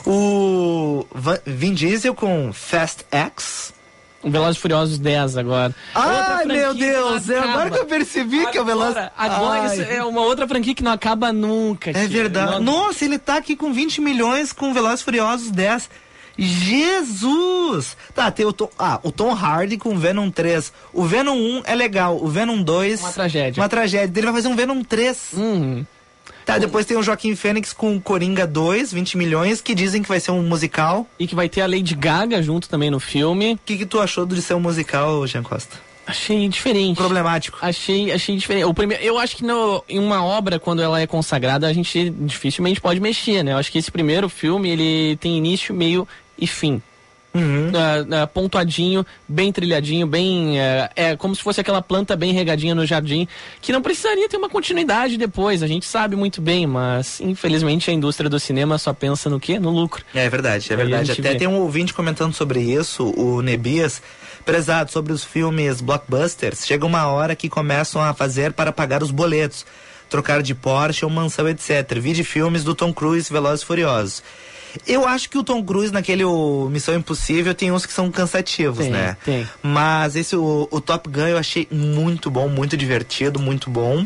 O Vin Diesel com Fast X. O Velozes e Furiosos dez agora. Ai, meu Deus, é agora que eu percebi agora, que é o Velozes... Agora isso é uma outra franquia que não acaba nunca. É verdade. Não... Nossa, ele tá aqui com vinte milhões com Velozes e Furiosos dez. Jesus! Tá, tem o Tom, ah, o Tom Hardy com Venom três. O Venom um é legal, o Venom dois... Uma tragédia. Uma tragédia. Ele vai fazer um Venom três. Uhum. Tá, depois tem o Joaquim Fênix com Coringa dois, vinte milhões, que dizem que vai ser um musical. E que vai ter a Lady Gaga junto também no filme. O que que tu achou de ser um musical, Jean Costa? Achei diferente. Problemático. Achei, achei diferente. O primeiro, eu acho que no, em uma obra, quando ela é consagrada, a gente dificilmente pode mexer, né? Eu acho que esse primeiro filme, ele tem início, meio e fim. Uhum. Uh, uh, pontuadinho, bem trilhadinho, bem uh, é como se fosse aquela planta bem regadinha no jardim, que não precisaria ter uma continuidade depois, a gente sabe muito bem, mas infelizmente a indústria do cinema só pensa no quê? No lucro. É verdade, é verdade. Até vê. Tem um ouvinte comentando sobre isso, o Nebias, prezado, sobre os filmes blockbusters. Chega uma hora que começam a fazer para pagar os boletos, trocar de Porsche ou mansão, etcétera. Vi de filmes do Tom Cruise, Velozes e Furiosos. Eu acho que o Tom Cruise naquele o Missão Impossível tem uns que são cansativos, tem, né? Tem. Mas esse, o, o Top Gun eu achei muito bom, muito divertido, muito bom.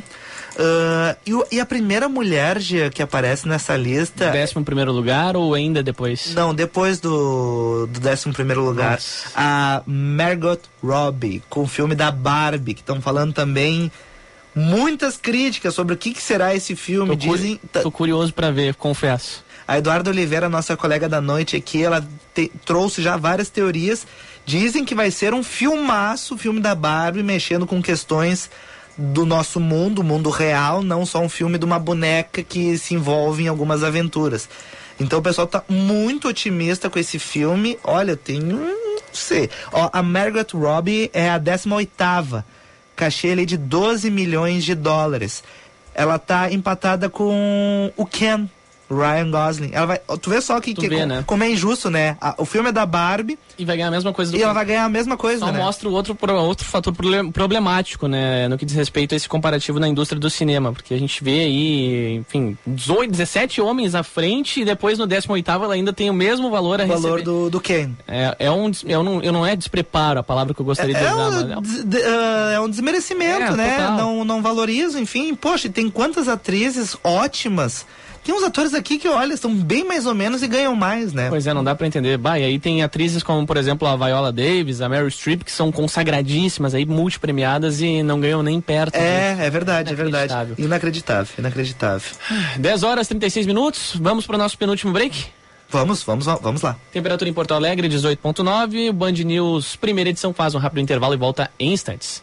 Uh, e, o, e a primeira mulher Gia, que aparece nessa lista... Décimo primeiro lugar ou ainda depois? Não, depois do, do décimo primeiro lugar. Nossa. A Margot Robbie, com o filme da Barbie, que estão falando também... Muitas críticas sobre o que, que será esse filme. Tô, Dizem, cu tô curioso pra ver, confesso. A Eduarda Oliveira, nossa colega da noite aqui, ela te, trouxe já várias teorias. Dizem que vai ser um filmaço, o filme da Barbie, mexendo com questões do nosso mundo, mundo real, não só um filme de uma boneca que se envolve em algumas aventuras. Então o pessoal tá muito otimista com esse filme. Olha, eu tenho... não sei. Ó, a Margot Robbie é a décima oitava. Cachê ali de doze milhões de dólares. Ela tá empatada com o Ken, Ryan Gosling. Ela vai, tu vê só que, que vê, com, né? como é injusto, né? A, o filme é da Barbie. E vai ganhar a mesma coisa do E ela vai ganhar a mesma coisa, Só né? mostra o outro, outro fator problemático, né? No que diz respeito a esse comparativo na indústria do cinema. Porque a gente vê aí, enfim, dezoito, dezessete homens à frente e depois no décimo oitavo ela ainda tem o mesmo valor a o receber. valor do, do Ken. É, é um, eu, não, eu não é despreparo a palavra que eu gostaria é, de usar. É um, mas é um... des, uh, é um desmerecimento, é, né? Total. Não, não valorizo, enfim. Poxa, tem quantas atrizes ótimas. Tem uns atores aqui que, olha, estão bem mais ou menos e ganham mais, né? Pois é, não dá pra entender. Bah, e aí tem atrizes como, por exemplo, a Viola Davis, a Meryl Streep, que são consagradíssimas, aí multipremiadas e não ganham nem perto. É, né? é verdade, é verdade. Inacreditável, inacreditável. dez horas e trinta e seis minutos, vamos pro nosso penúltimo break? Vamos, vamos, vamos lá. Temperatura em Porto Alegre, dezoito ponto nove, o Band News, primeira edição, faz um rápido intervalo e volta em instantes.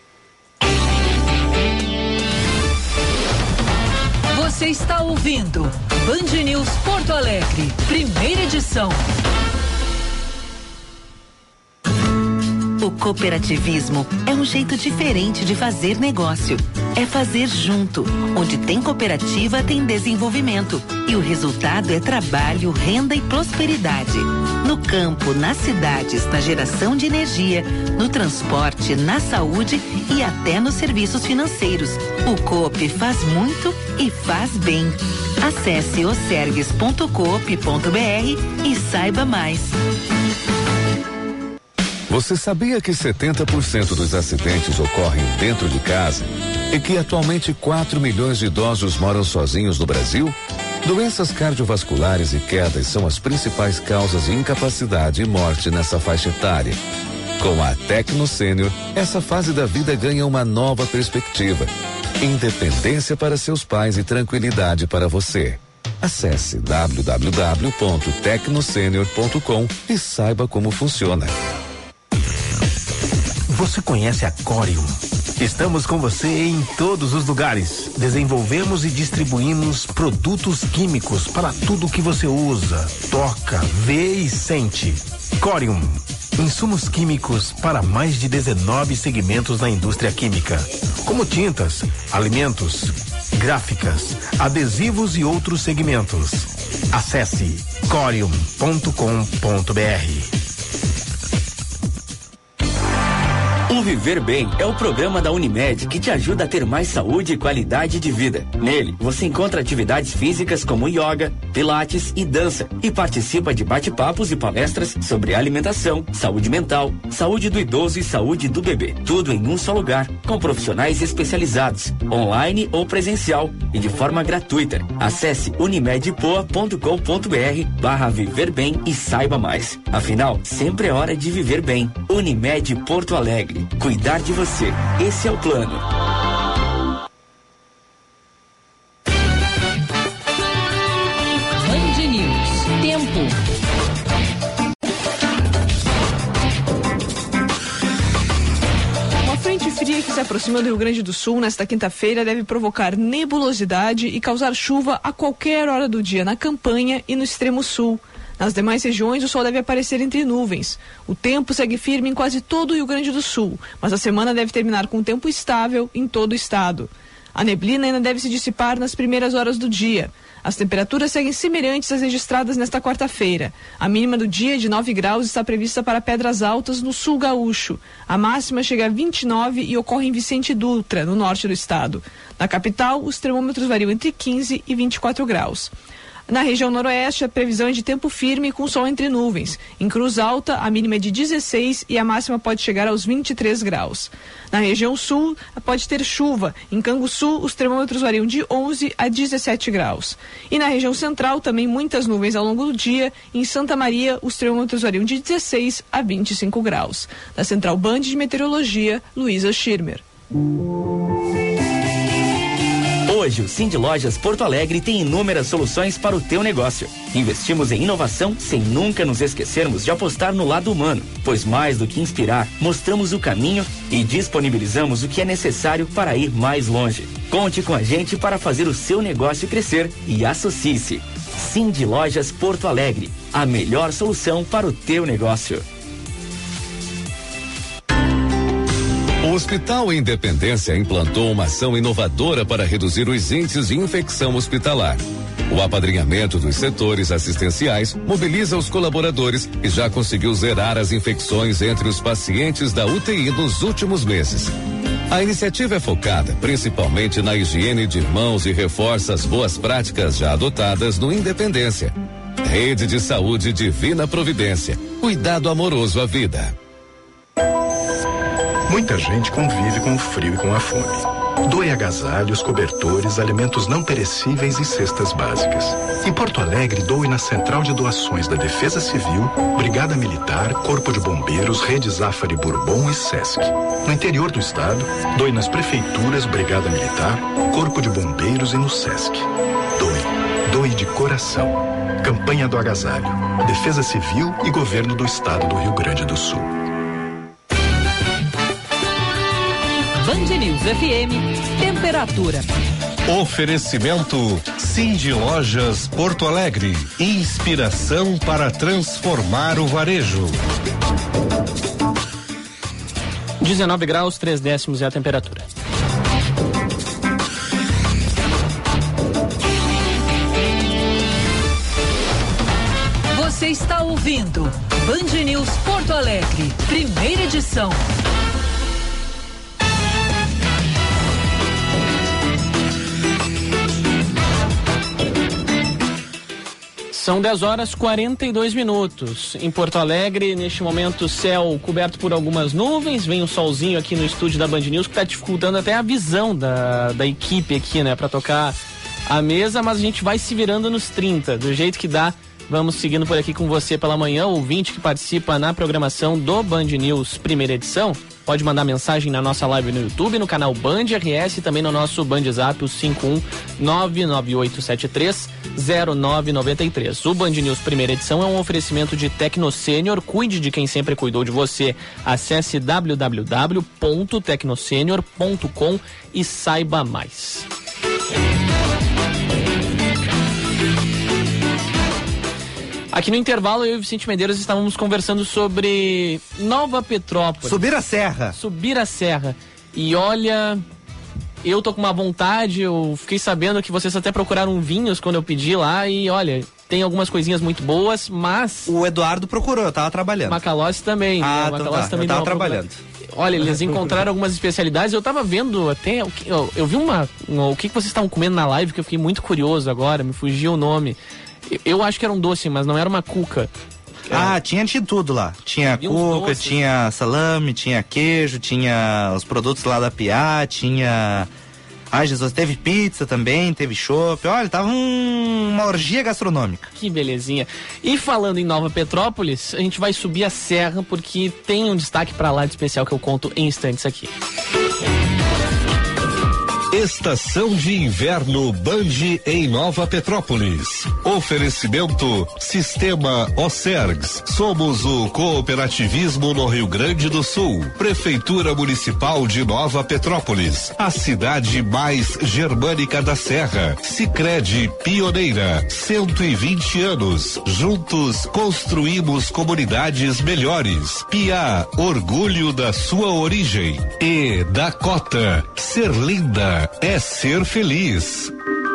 Você está ouvindo Band News Porto Alegre, primeira edição. O cooperativismo é um jeito diferente de fazer negócio. É fazer junto. Onde tem cooperativa, tem desenvolvimento. E o resultado é trabalho, renda e prosperidade. No campo, nas cidades, na geração de energia, no transporte, na saúde e até nos serviços financeiros. O Coop faz muito e faz bem. Acesse osergues ponto coop ponto br e saiba mais. Você sabia que setenta por cento dos acidentes ocorrem dentro de casa e que atualmente quatro milhões de idosos moram sozinhos no Brasil? Doenças cardiovasculares e quedas são as principais causas de incapacidade e morte nessa faixa etária. Com a Tecno Sênior, essa fase da vida ganha uma nova perspectiva. Independência para seus pais e tranquilidade para você. Acesse w w w ponto tecnosenior ponto com e saiba como funciona. Você conhece a Corium? Estamos com você em todos os lugares. Desenvolvemos e distribuímos produtos químicos para tudo que você usa, toca, vê e sente. Corium. Insumos químicos para mais de dezenove segmentos na indústria química, como tintas, alimentos, gráficas, adesivos e outros segmentos. Acesse corium ponto com ponto b r. O Viver Bem é o programa da Unimed que te ajuda a ter mais saúde e qualidade de vida. Nele, você encontra atividades físicas como yoga, pilates e dança e participa de bate-papos e palestras sobre alimentação, saúde mental, saúde do idoso e saúde do bebê. Tudo em um só lugar, com profissionais especializados, online ou presencial e de forma gratuita. Acesse unimedpoa ponto com ponto b r barra Viver Bem e saiba mais. Afinal, sempre é hora de viver bem. Unimed Porto Alegre. Cuidar de você. Esse é o plano. Band News. Tempo. Uma frente fria que se aproxima do Rio Grande do Sul nesta quinta-feira deve provocar nebulosidade e causar chuva a qualquer hora do dia na campanha e no extremo sul. Nas demais regiões, o sol deve aparecer entre nuvens. O tempo segue firme em quase todo o Rio Grande do Sul, mas a semana deve terminar com tempo estável em todo o estado. A neblina ainda deve se dissipar nas primeiras horas do dia. As temperaturas seguem semelhantes às registradas nesta quarta-feira. A mínima do dia, de nove graus, está prevista para Pedras Altas, no sul gaúcho. A máxima chega a vinte e nove e ocorre em Vicente Dutra, no norte do estado. Na capital, os termômetros variam entre quinze e vinte e quatro graus. Na região noroeste, a previsão é de tempo firme com sol entre nuvens. Em Cruz Alta, a mínima é de dezesseis e a máxima pode chegar aos vinte e três graus. Na região sul, pode ter chuva. Em Canguçu, os termômetros variam de onze a dezessete graus. E na região central, também muitas nuvens ao longo do dia. Em Santa Maria, os termômetros variam de dezesseis a vinte e cinco graus. Da Central Band de Meteorologia, Luísa Schirmer. Hoje, o Cindy Lojas Porto Alegre tem inúmeras soluções para o teu negócio. Investimos em inovação sem nunca nos esquecermos de apostar no lado humano, pois mais do que inspirar, mostramos o caminho e disponibilizamos o que é necessário para ir mais longe. Conte com a gente para fazer o seu negócio crescer e associe-se. Cindy Lojas Porto Alegre, a melhor solução para o teu negócio. O Hospital Independência implantou uma ação inovadora para reduzir os índices de infecção hospitalar. O apadrinhamento dos setores assistenciais mobiliza os colaboradores e já conseguiu zerar as infecções entre os pacientes da U T I nos últimos meses. A iniciativa é focada principalmente na higiene de mãos e reforça as boas práticas já adotadas no Independência. Rede de Saúde Divina Providência. Cuidado amoroso à vida. Muita gente convive com o frio e com a fome. Doe agasalhos, cobertores, alimentos não perecíveis e cestas básicas. Em Porto Alegre, doe na Central de Doações da Defesa Civil, Brigada Militar, Corpo de Bombeiros, Rede Zafari Bourbon e Sesc. No interior do estado, doe nas prefeituras, Brigada Militar, Corpo de Bombeiros e no Sesc. Doe. Doe de coração. Campanha do Agasalho. Defesa Civil e Governo do Estado do Rio Grande do Sul. Band News F M, temperatura. Oferecimento Cindy Lojas Porto Alegre. Inspiração para transformar o varejo. dezenove graus, três décimos é a temperatura. Você está ouvindo Band News Porto Alegre, primeira edição. São dez horas e quarenta e dois minutos. Em Porto Alegre, neste momento, céu coberto por algumas nuvens. Vem um solzinho aqui no estúdio da Band News que está dificultando até a visão da, da equipe aqui, né? Para tocar a mesa, mas a gente vai se virando nos trinta, do jeito que dá. Vamos seguindo por aqui com você pela manhã, ouvinte que participa na programação do Band News primeira edição. Pode mandar mensagem na nossa live no YouTube, no canal Band R S e também no nosso Band Zap, o cinco um nove nove oito sete três zero nove nove três. O Band News primeira edição é um oferecimento de Tecno Sênior. Cuide de quem sempre cuidou de você. Acesse w w w ponto tecno sênior ponto com e saiba mais. Aqui no intervalo, eu e o Vicente Medeiros estávamos conversando sobre Nova Petrópolis. Subir a serra. Subir a serra. E olha, eu tô com uma vontade, eu fiquei sabendo que vocês até procuraram vinhos quando eu pedi lá e olha, tem algumas coisinhas muito boas, mas... O Eduardo procurou, eu tava trabalhando. Macalossi também. Ah, né? então Macalossi tá, também eu tava procura... trabalhando. Olha, eles encontraram algumas especialidades, eu tava vendo até, eu, eu vi uma, uma, o que, que vocês estavam comendo na live, que eu fiquei muito curioso agora, me fugiu o nome. Eu acho que era um doce, mas não era uma cuca. Ah, tinha de tudo lá. Tinha cuca, tinha salame, tinha queijo, tinha os produtos lá da Piá, tinha... Ai, Jesus, teve pizza também, teve chopp. Olha, tava um... uma orgia gastronômica. Que belezinha. E falando em Nova Petrópolis, a gente vai subir a serra porque tem um destaque pra lá de especial que eu conto em instantes aqui. Estação de Inverno Band em Nova Petrópolis. Oferecimento Sistema Ocergs. Somos o cooperativismo no Rio Grande do Sul. Prefeitura Municipal de Nova Petrópolis. A cidade mais germânica da Serra. Sicredi Pioneira. cento e vinte anos. Juntos construímos comunidades melhores. Piá, orgulho da sua origem. E Dakota. Ser linda é ser feliz.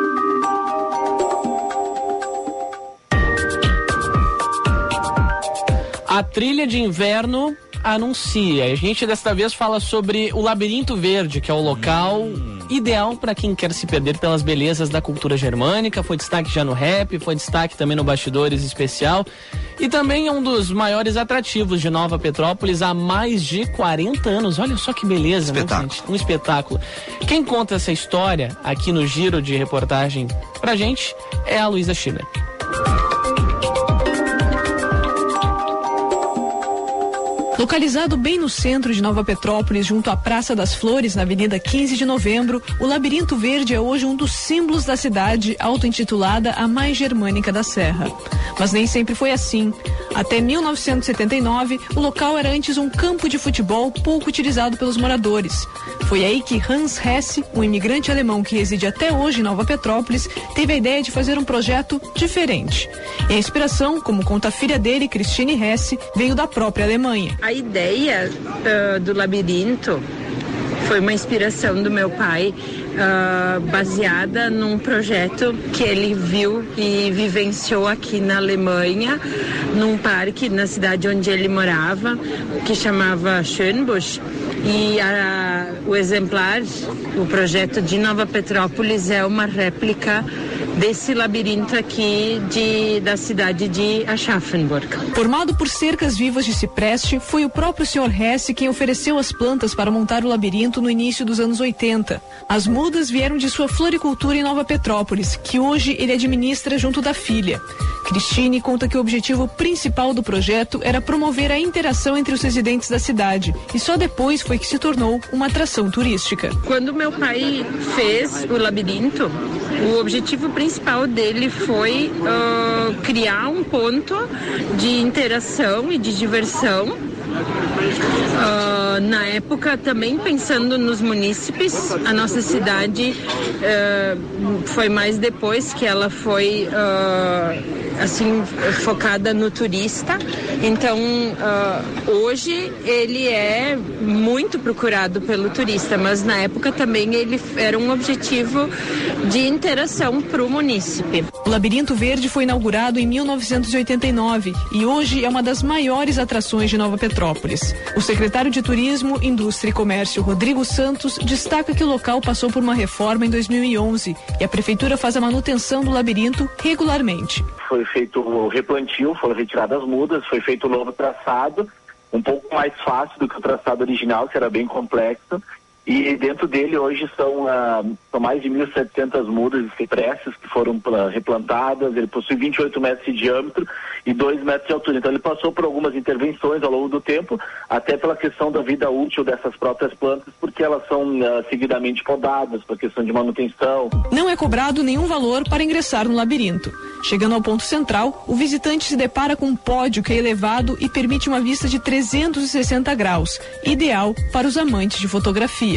A trilha de inverno anuncia. A gente desta vez fala sobre o Labirinto Verde, que é o local hum. ideal para quem quer se perder pelas belezas da cultura germânica. Foi destaque já no rap, foi destaque também no Bastidores Especial. E também é um dos maiores atrativos de Nova Petrópolis há mais de quarenta anos. Olha só que beleza, espetáculo. Né, gente? Um espetáculo. Quem conta essa história aqui no giro de reportagem pra gente é a Luísa Schiller. Localizado bem no centro de Nova Petrópolis, junto à Praça das Flores, na Avenida quinze de Novembro, o Labirinto Verde é hoje um dos símbolos da cidade, auto-intitulada a mais germânica da Serra. Mas nem sempre foi assim. Até mil novecentos e setenta e nove, o local era antes um campo de futebol pouco utilizado pelos moradores. Foi aí que Hans Hesse, um imigrante alemão que reside até hoje em Nova Petrópolis, teve a ideia de fazer um projeto diferente. E a inspiração, como conta a filha dele, Christine Hesse, veio da própria Alemanha. A ideia uh, do labirinto foi uma inspiração do meu pai, uh, baseada num projeto que ele viu e vivenciou aqui na Alemanha, num parque na cidade onde ele morava, que chamava Schönbusch. E a, o exemplar, o projeto de Nova Petrópolis é uma réplica desse labirinto aqui de, da cidade de Aschaffenburg. Formado por cercas vivas de cipreste, foi o próprio senhor Hesse quem ofereceu as plantas para montar o labirinto no início dos anos oitenta. As mudas vieram de sua floricultura em Nova Petrópolis, que hoje ele administra junto da filha. Christine conta que o objetivo principal do projeto era promover a interação entre os residentes da cidade, e só depois foi que se tornou uma atração turística. Quando meu pai fez o labirinto, o objetivo principal dele foi uh, criar um ponto de interação e de diversão. Uh, na época, também pensando nos munícipes, a nossa cidade uh, foi mais depois que ela foi uh, assim focada no turista. Então, uh, hoje ele é muito procurado pelo turista, mas na época também ele era um objetivo de interação para o munícipe. O Labirinto Verde foi inaugurado em mil novecentos e oitenta e nove e hoje é uma das maiores atrações de Nova Petrópolis. O secretário de Turismo, Indústria e Comércio, Rodrigo Santos, destaca que o local passou por uma reforma em dois mil e onze e a prefeitura faz a manutenção do labirinto regularmente. foi feito o replantio, foram retiradas as mudas, foi feito o novo traçado, um pouco mais fácil do que o traçado original, que era bem complexo. E dentro dele hoje são, uh, são mais de mil e setecentas mudas e cipresses que foram uh, replantadas. Ele possui vinte e oito metros de diâmetro e dois metros de altura. Então ele passou por algumas intervenções ao longo do tempo, até pela questão da vida útil dessas próprias plantas, porque elas são uh, seguidamente podadas, por questão de manutenção. Não é cobrado nenhum valor para ingressar no labirinto. Chegando ao ponto central, o visitante se depara com um pódio que é elevado e permite uma vista de trezentos e sessenta graus, ideal para os amantes de fotografia.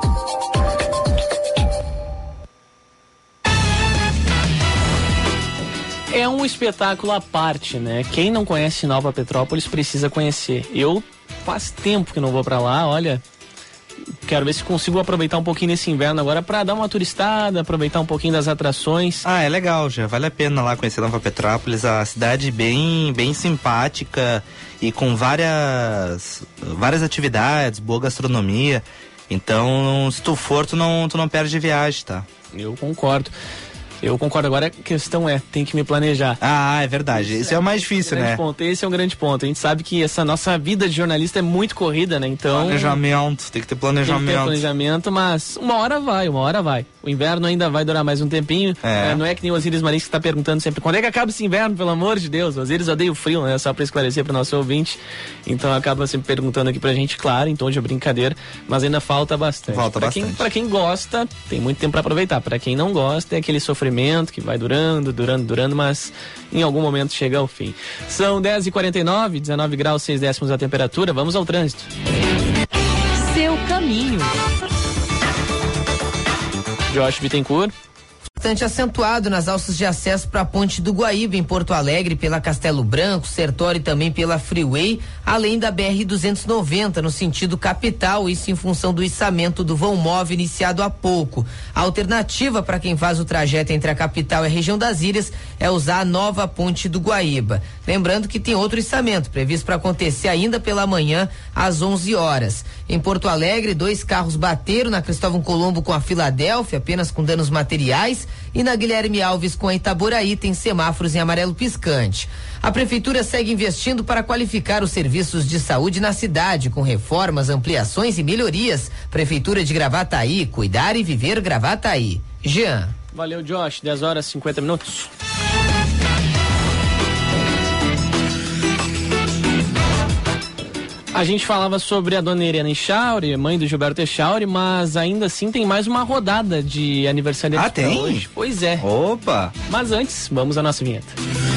É um espetáculo à parte, né? Quem não conhece Nova Petrópolis precisa conhecer. Eu faz tempo que não vou pra lá, olha. Quero ver se consigo aproveitar um pouquinho nesse inverno agora pra dar uma turistada, aproveitar um pouquinho das atrações. Ah, é legal, já vale a pena lá conhecer Nova Petrópolis, a cidade bem, bem simpática e com várias, várias atividades, boa gastronomia. Então, se tu for, tu não, tu não perde viagem, tá? Eu concordo. Eu concordo. Agora a questão é, tem que me planejar. Ah, é verdade. Esse é, é o mais difícil, é um né? Ponto. Esse é um grande ponto. A gente sabe que essa nossa vida de jornalista é muito corrida, né? Então... Planejamento. Tem que ter planejamento. Tem que ter planejamento, mas uma hora vai, uma hora vai. O inverno ainda vai durar mais um tempinho. É. É, não é que nem o Osiris Marins que está perguntando sempre, quando é que acaba esse inverno, pelo amor de Deus? O Osiris odeia o frio, né? Só para esclarecer para o nosso ouvinte. Então acaba sempre perguntando aqui pra gente, claro, em tom de brincadeira, mas ainda falta bastante. Falta pra bastante. Quem, pra quem gosta, tem muito tempo para aproveitar. Para quem não gosta, é aquele sofrimento que vai durando, durando, durando, mas em algum momento chega ao fim. São dez e quarenta e nove, dezenove graus, seis décimos a temperatura. Vamos ao trânsito. Seu caminho. Josh Bittencourt. Bastante acentuado nas alças de acesso para a Ponte do Guaíba, em Porto Alegre, pela Castelo Branco, Sertório e também pela Freeway, além da B R duzentos e noventa, no sentido capital, isso em função do içamento do vão móvel iniciado há pouco. A alternativa para quem faz o trajeto entre a capital e a região das Ilhas é usar a nova Ponte do Guaíba. Lembrando que tem outro içamento previsto para acontecer ainda pela manhã, às onze horas. Em Porto Alegre, dois carros bateram na Cristóvão Colombo com a Filadélfia, apenas com danos materiais, e na Guilherme Alves com a Itaboraí tem semáforos em amarelo piscante. A prefeitura segue investindo para qualificar os serviços de saúde na cidade, com reformas, ampliações e melhorias. Prefeitura de Gravataí, cuidar e viver Gravataí. Jean. Valeu, Josh. dez horas e cinquenta minutos. A gente falava sobre a dona Irene Echauri, mãe do Gilberto Echauri, mas ainda assim tem mais uma rodada de aniversário. Ah, tem? Hoje. Pois é. Opa! Mas antes, vamos à nossa vinheta.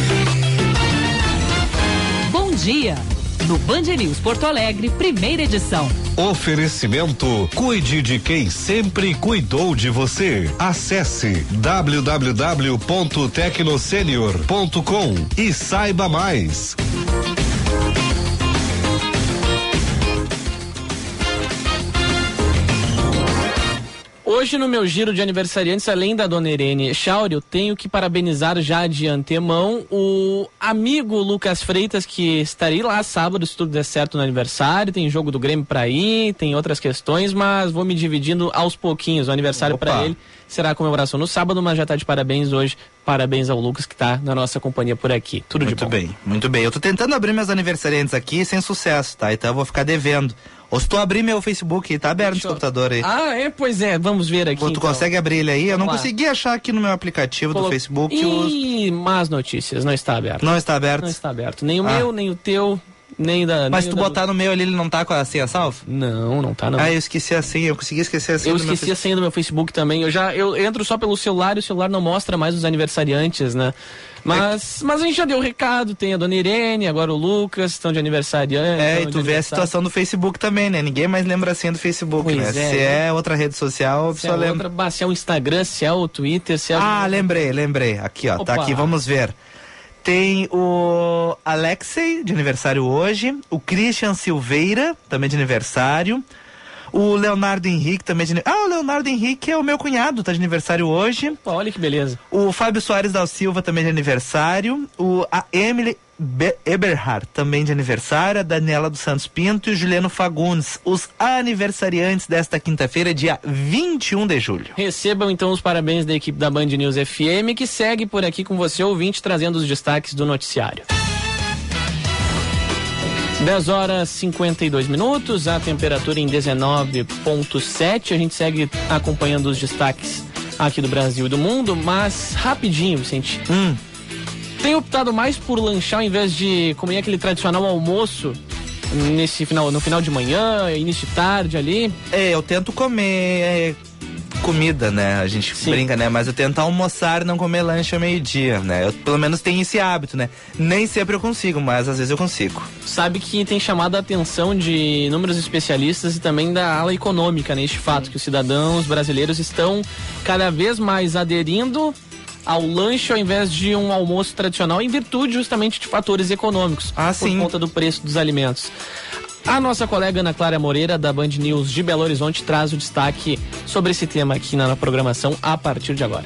Bom dia! No Band News Porto Alegre, primeira edição. Oferecimento: cuide de quem sempre cuidou de você. Acesse w w w ponto tecnosenior ponto com e saiba mais. Hoje no meu giro de aniversariantes, além da dona Irene Echauri, eu tenho que parabenizar já de antemão o amigo Lucas Freitas, que estarei lá sábado, se tudo der certo, no aniversário. Tem jogo do Grêmio pra ir, tem outras questões, mas vou me dividindo aos pouquinhos. O aniversário para ele será a comemoração no sábado, mas já tá de parabéns hoje. Parabéns ao Lucas, que tá na nossa companhia por aqui. Tudo muito de bom. Muito bem, muito bem. Eu tô tentando abrir meus aniversariantes aqui sem sucesso, tá? Então eu vou ficar devendo. Ou se tu abrir meu Facebook, tá aberto no computador aí. Ah, é? Pois é, vamos ver aqui. Tu então. consegue abrir ele aí? Vamos eu não lá. consegui achar aqui no meu aplicativo Colo... do Facebook. Ih, os... más notícias, não está aberto. Não está aberto? Não está aberto. Nem o ah. meu, nem o teu, nem da... Mas nem se tu da... botar no meu ali, ele não tá com a senha salva? Não, não tá não. Ah, eu esqueci a senha, eu consegui esquecer a senha Eu do meu esqueci a senha do meu Facebook também. Eu já eu entro só pelo celular e o celular não mostra mais os aniversariantes, né? Mas, é. mas a gente já deu o recado, tem a dona Irene, agora o Lucas, estão de aniversariante. É, e tu vê a situação do Facebook também, né? Ninguém mais lembra a senha do Facebook, pois né? É, se é outra rede social, a pessoa é lembra. Outra, se é o Instagram, se é o Twitter, se é... Ah, lembrei, lembrei. Aqui, ó, Opa. Tá aqui, vamos ver. Tem o Alexei, de aniversário hoje, o Christian Silveira, também de aniversário, o Leonardo Henrique também de aniversário. Ah, o Leonardo Henrique é o meu cunhado, tá de aniversário hoje. Opa, olha que beleza. O Fábio Soares da Silva também de aniversário, o, a Emily, Be- Eberhard, também de aniversário, a Daniela dos Santos Pinto e o Juliano Fagundes, os aniversariantes desta quinta-feira, dia vinte e um de julho. Recebam então os parabéns da equipe da Band News F M, que segue por aqui com você, ouvinte, trazendo os destaques do noticiário. dez horas e cinquenta e dois minutos, a temperatura em dezenove vírgula sete. A gente segue acompanhando os destaques aqui do Brasil e do mundo, mas rapidinho, Vicente. Hum. Tem optado mais por lanchar ao invés de comer aquele tradicional almoço nesse final, no final de manhã, início de tarde ali? É, eu tento comer comida, né? A gente Sim. brinca, né? Mas eu tento almoçar e não comer lanche ao meio-dia, né? Eu pelo menos tenho esse hábito, né? Nem sempre eu consigo, mas às vezes eu consigo. Sabe que tem chamado a atenção de inúmeros especialistas e também da ala econômica neste fato, que os cidadãos brasileiros estão cada vez mais aderindo ao lanche ao invés de um almoço tradicional, em virtude justamente de fatores econômicos, ah, por sim. conta do preço dos alimentos. A nossa colega Ana Clara Moreira, da Band News de Belo Horizonte, traz o destaque sobre esse tema aqui na programação a partir de agora.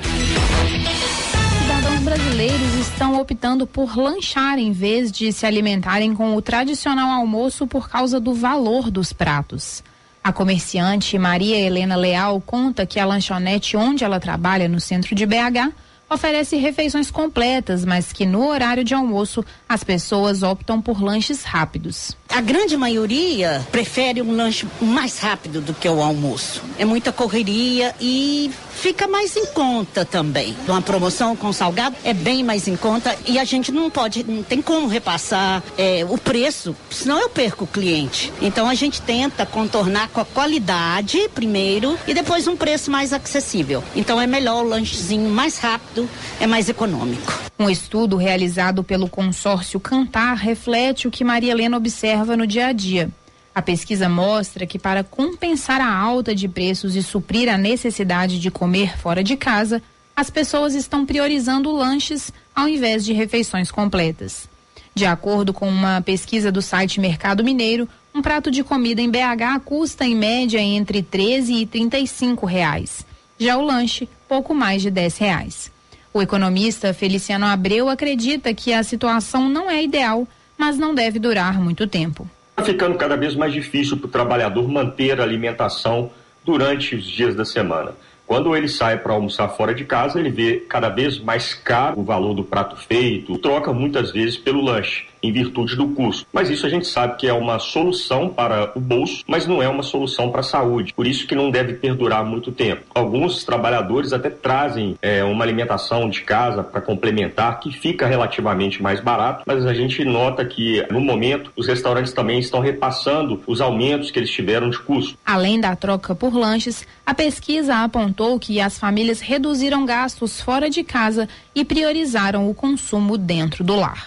Cidadãos brasileiros estão optando por lanchar em vez de se alimentarem com o tradicional almoço por causa do valor dos pratos. A comerciante Maria Helena Leal conta que a lanchonete onde ela trabalha, no centro de B H, oferece refeições completas, mas que no horário de almoço as pessoas optam por lanches rápidos. A grande maioria prefere um lanche mais rápido do que o almoço. É muita correria e fica mais em conta também. Uma promoção com salgado é bem mais em conta e a gente não pode, não tem como repassar é, o preço, senão eu perco o cliente. Então a gente tenta contornar com a qualidade primeiro e depois um preço mais acessível. Então é melhor o lanchezinho mais rápido, é mais econômico. Um estudo realizado pelo consórcio Cantar reflete o que Maria Helena observa no dia a dia. A pesquisa mostra que, para compensar a alta de preços e suprir a necessidade de comer fora de casa, as pessoas estão priorizando lanches ao invés de refeições completas. De acordo com uma pesquisa do site Mercado Mineiro, um prato de comida em B H custa em média entre treze e trinta e cinco reais. Já o lanche, pouco mais de dez reais. O economista Feliciano Abreu acredita que a situação não é ideal, mas não deve durar muito tempo. Está ficando cada vez mais difícil para o trabalhador manter a alimentação durante os dias da semana. Quando ele sai para almoçar fora de casa, ele vê cada vez mais caro o valor do prato feito, troca muitas vezes pelo lanche, em virtude do custo. Mas isso a gente sabe que é uma solução para o bolso, mas não é uma solução para a saúde. Por isso que não deve perdurar muito tempo. Alguns trabalhadores até trazem é, uma alimentação de casa para complementar, que fica relativamente mais barato, mas a gente nota que, no momento, os restaurantes também estão repassando os aumentos que eles tiveram de custo. Além da troca por lanches, a pesquisa apontou que as famílias reduziram gastos fora de casa e priorizaram o consumo dentro do lar.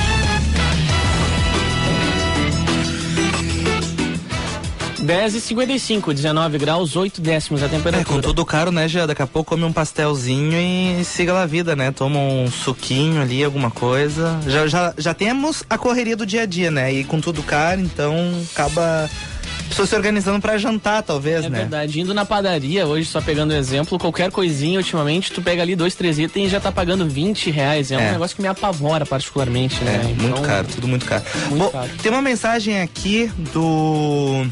dez e cinquenta e cinco, dezenove graus, oito décimos a temperatura. É, com tudo caro, né, Gia? Daqui a pouco come um pastelzinho e siga lá a vida, né? Toma um suquinho ali, alguma coisa. Já, já, já temos a correria do dia a dia, né? E com tudo caro, então acaba pessoas se organizando pra jantar, talvez, é né? É verdade. Indo na padaria, hoje, só pegando um exemplo, qualquer coisinha, ultimamente, tu pega ali dois, três itens e já tá pagando vinte reais. É, é um negócio que me apavora particularmente, né? É, então, muito caro, tudo muito caro. Muito Bom, caro. Tem uma mensagem aqui do...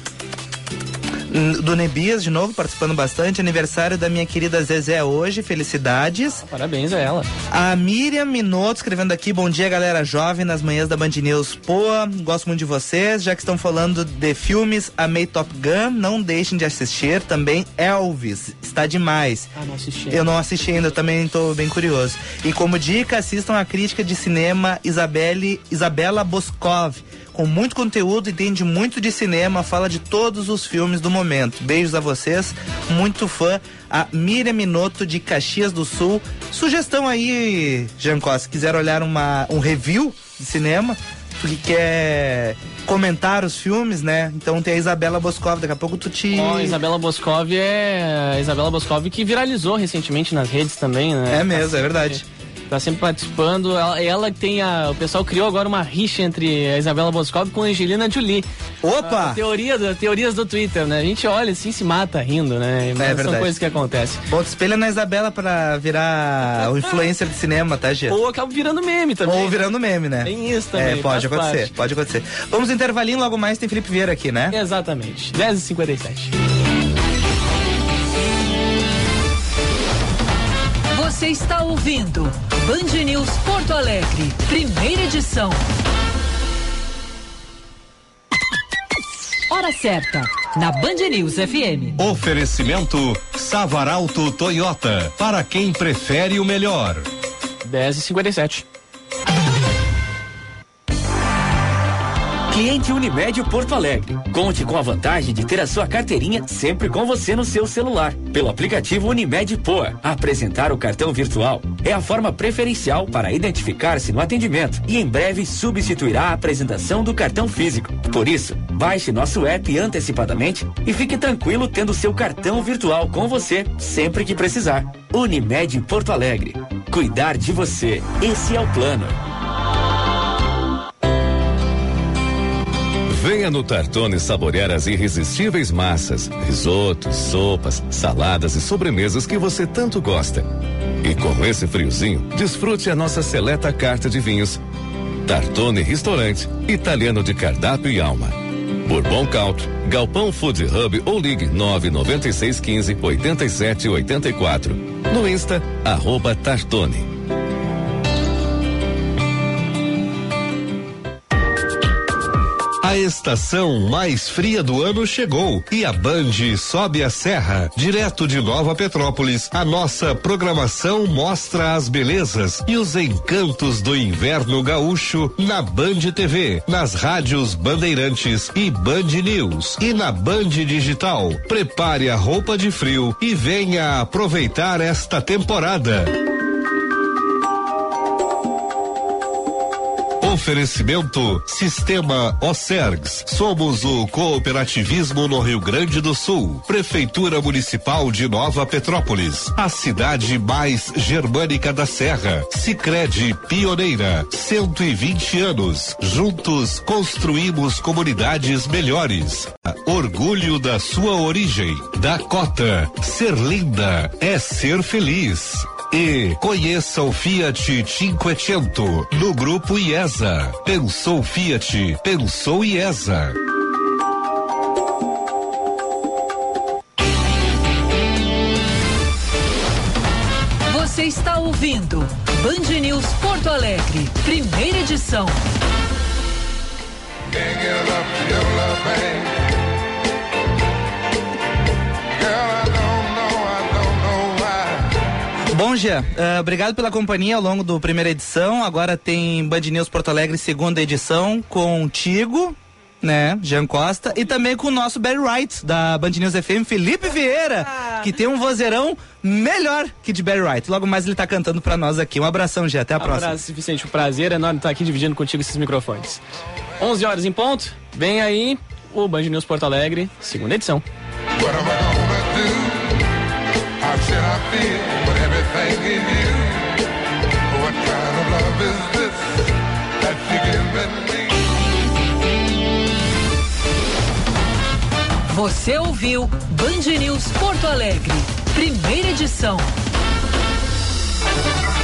do Nebias, de novo, participando bastante. Aniversário da minha querida Zezé hoje, felicidades. Ah, parabéns a ela. A Miriam Minotto escrevendo aqui: bom dia, galera jovem, nas manhãs da Band News. Pô, gosto muito de vocês, já que estão falando de filmes, amei Top Gun, não deixem de assistir. Também Elvis, está demais. Ah, não assisti. Eu não assisti ainda, também estou bem curioso. E como dica, assistam a crítica de cinema Isabelle, Isabela Boscov, com muito conteúdo, entende muito de cinema, fala de todos os filmes do momento. Beijos a vocês, muito fã, a Miriam Minotto de Caxias do Sul. Sugestão aí, Jean Costa, se quiser olhar uma, um review de cinema, tu que quer comentar os filmes, né? Então tem a Isabela Boscov, daqui a pouco tu te... Ó, oh, Isabela Boscov é... a Isabela Boscov que viralizou recentemente nas redes também, né? É mesmo, é verdade. tá sempre participando. Ela, ela tem a. O pessoal criou agora uma rixa entre a Isabela Boscov com a Angelina Jolie. Opa! A teoria do, teorias do Twitter, né? A gente olha assim, se mata rindo, né? Mas é são verdade. coisas que acontecem. Bom, te espelha na Isabela pra virar o influencer de cinema, tá, Gê? Ou acaba virando meme também. Ou virando meme, né? Tem isso também. É, pode acontecer, parte. pode acontecer. Vamos no intervalinho, logo mais tem Felipe Vieira aqui, né? Exatamente. dez e cinquenta e sete. Você está ouvindo Band News Porto Alegre, primeira edição. Hora certa, na Band News F M. Oferecimento Savaralto Toyota, para quem prefere o melhor. dez e cinquenta e sete. Cliente Unimed Porto Alegre. Conte com a vantagem de ter a sua carteirinha sempre com você no seu celular. Pelo aplicativo Unimed Poa. Apresentar o cartão virtual é a forma preferencial para identificar-se no atendimento e em breve substituirá a apresentação do cartão físico. Por isso, baixe nosso app antecipadamente e fique tranquilo tendo seu cartão virtual com você sempre que precisar. Unimed Porto Alegre. Cuidar de você. Esse é o plano. Venha no Tartone saborear as irresistíveis massas, risotos, sopas, saladas e sobremesas que você tanto gosta. E com esse friozinho, desfrute a nossa seleta carta de vinhos. Tartone Restaurante, italiano de cardápio e alma. Bourbon Country, Galpão Food Hub ou ligue nove nove seis um cinco oito sete oito quatro. No Insta, arroba Tartone. A estação mais fria do ano chegou e a Band sobe a serra. Direto de Nova Petrópolis, a nossa programação mostra as belezas e os encantos do inverno gaúcho na Band T V, nas rádios Bandeirantes e Band News e na Band Digital. Prepare a roupa de frio e venha aproveitar esta temporada. Oferecimento Sistema Ocergs. Somos o cooperativismo no Rio Grande do Sul. Prefeitura Municipal de Nova Petrópolis. A cidade mais germânica da Serra. Sicredi Pioneira. cento e vinte anos. Juntos construímos comunidades melhores. Orgulho da sua origem. Dakota. Ser linda é ser feliz. E conheça o Fiat Cinquecento no Grupo IESA. Pensou Fiat, pensou IESA. Você está ouvindo Band News Porto Alegre, primeira edição. Bom, Gia, uh, obrigado pela companhia ao longo do primeira edição. Agora tem Band News Porto Alegre, segunda edição, contigo, né, Jean Costa, e também com o nosso Barry Wright, da Band News F M, Felipe Vieira, que tem um vozeirão melhor que de Barry Wright. Logo mais ele tá cantando pra nós aqui. Um abração, Gia, até a próxima. Um abraço, Vicente, um prazer enorme estar aqui dividindo contigo esses microfones. onze horas em ponto, vem aí o Band News Porto Alegre, segunda edição. Você ouviu Band News Porto Alegre, primeira edição.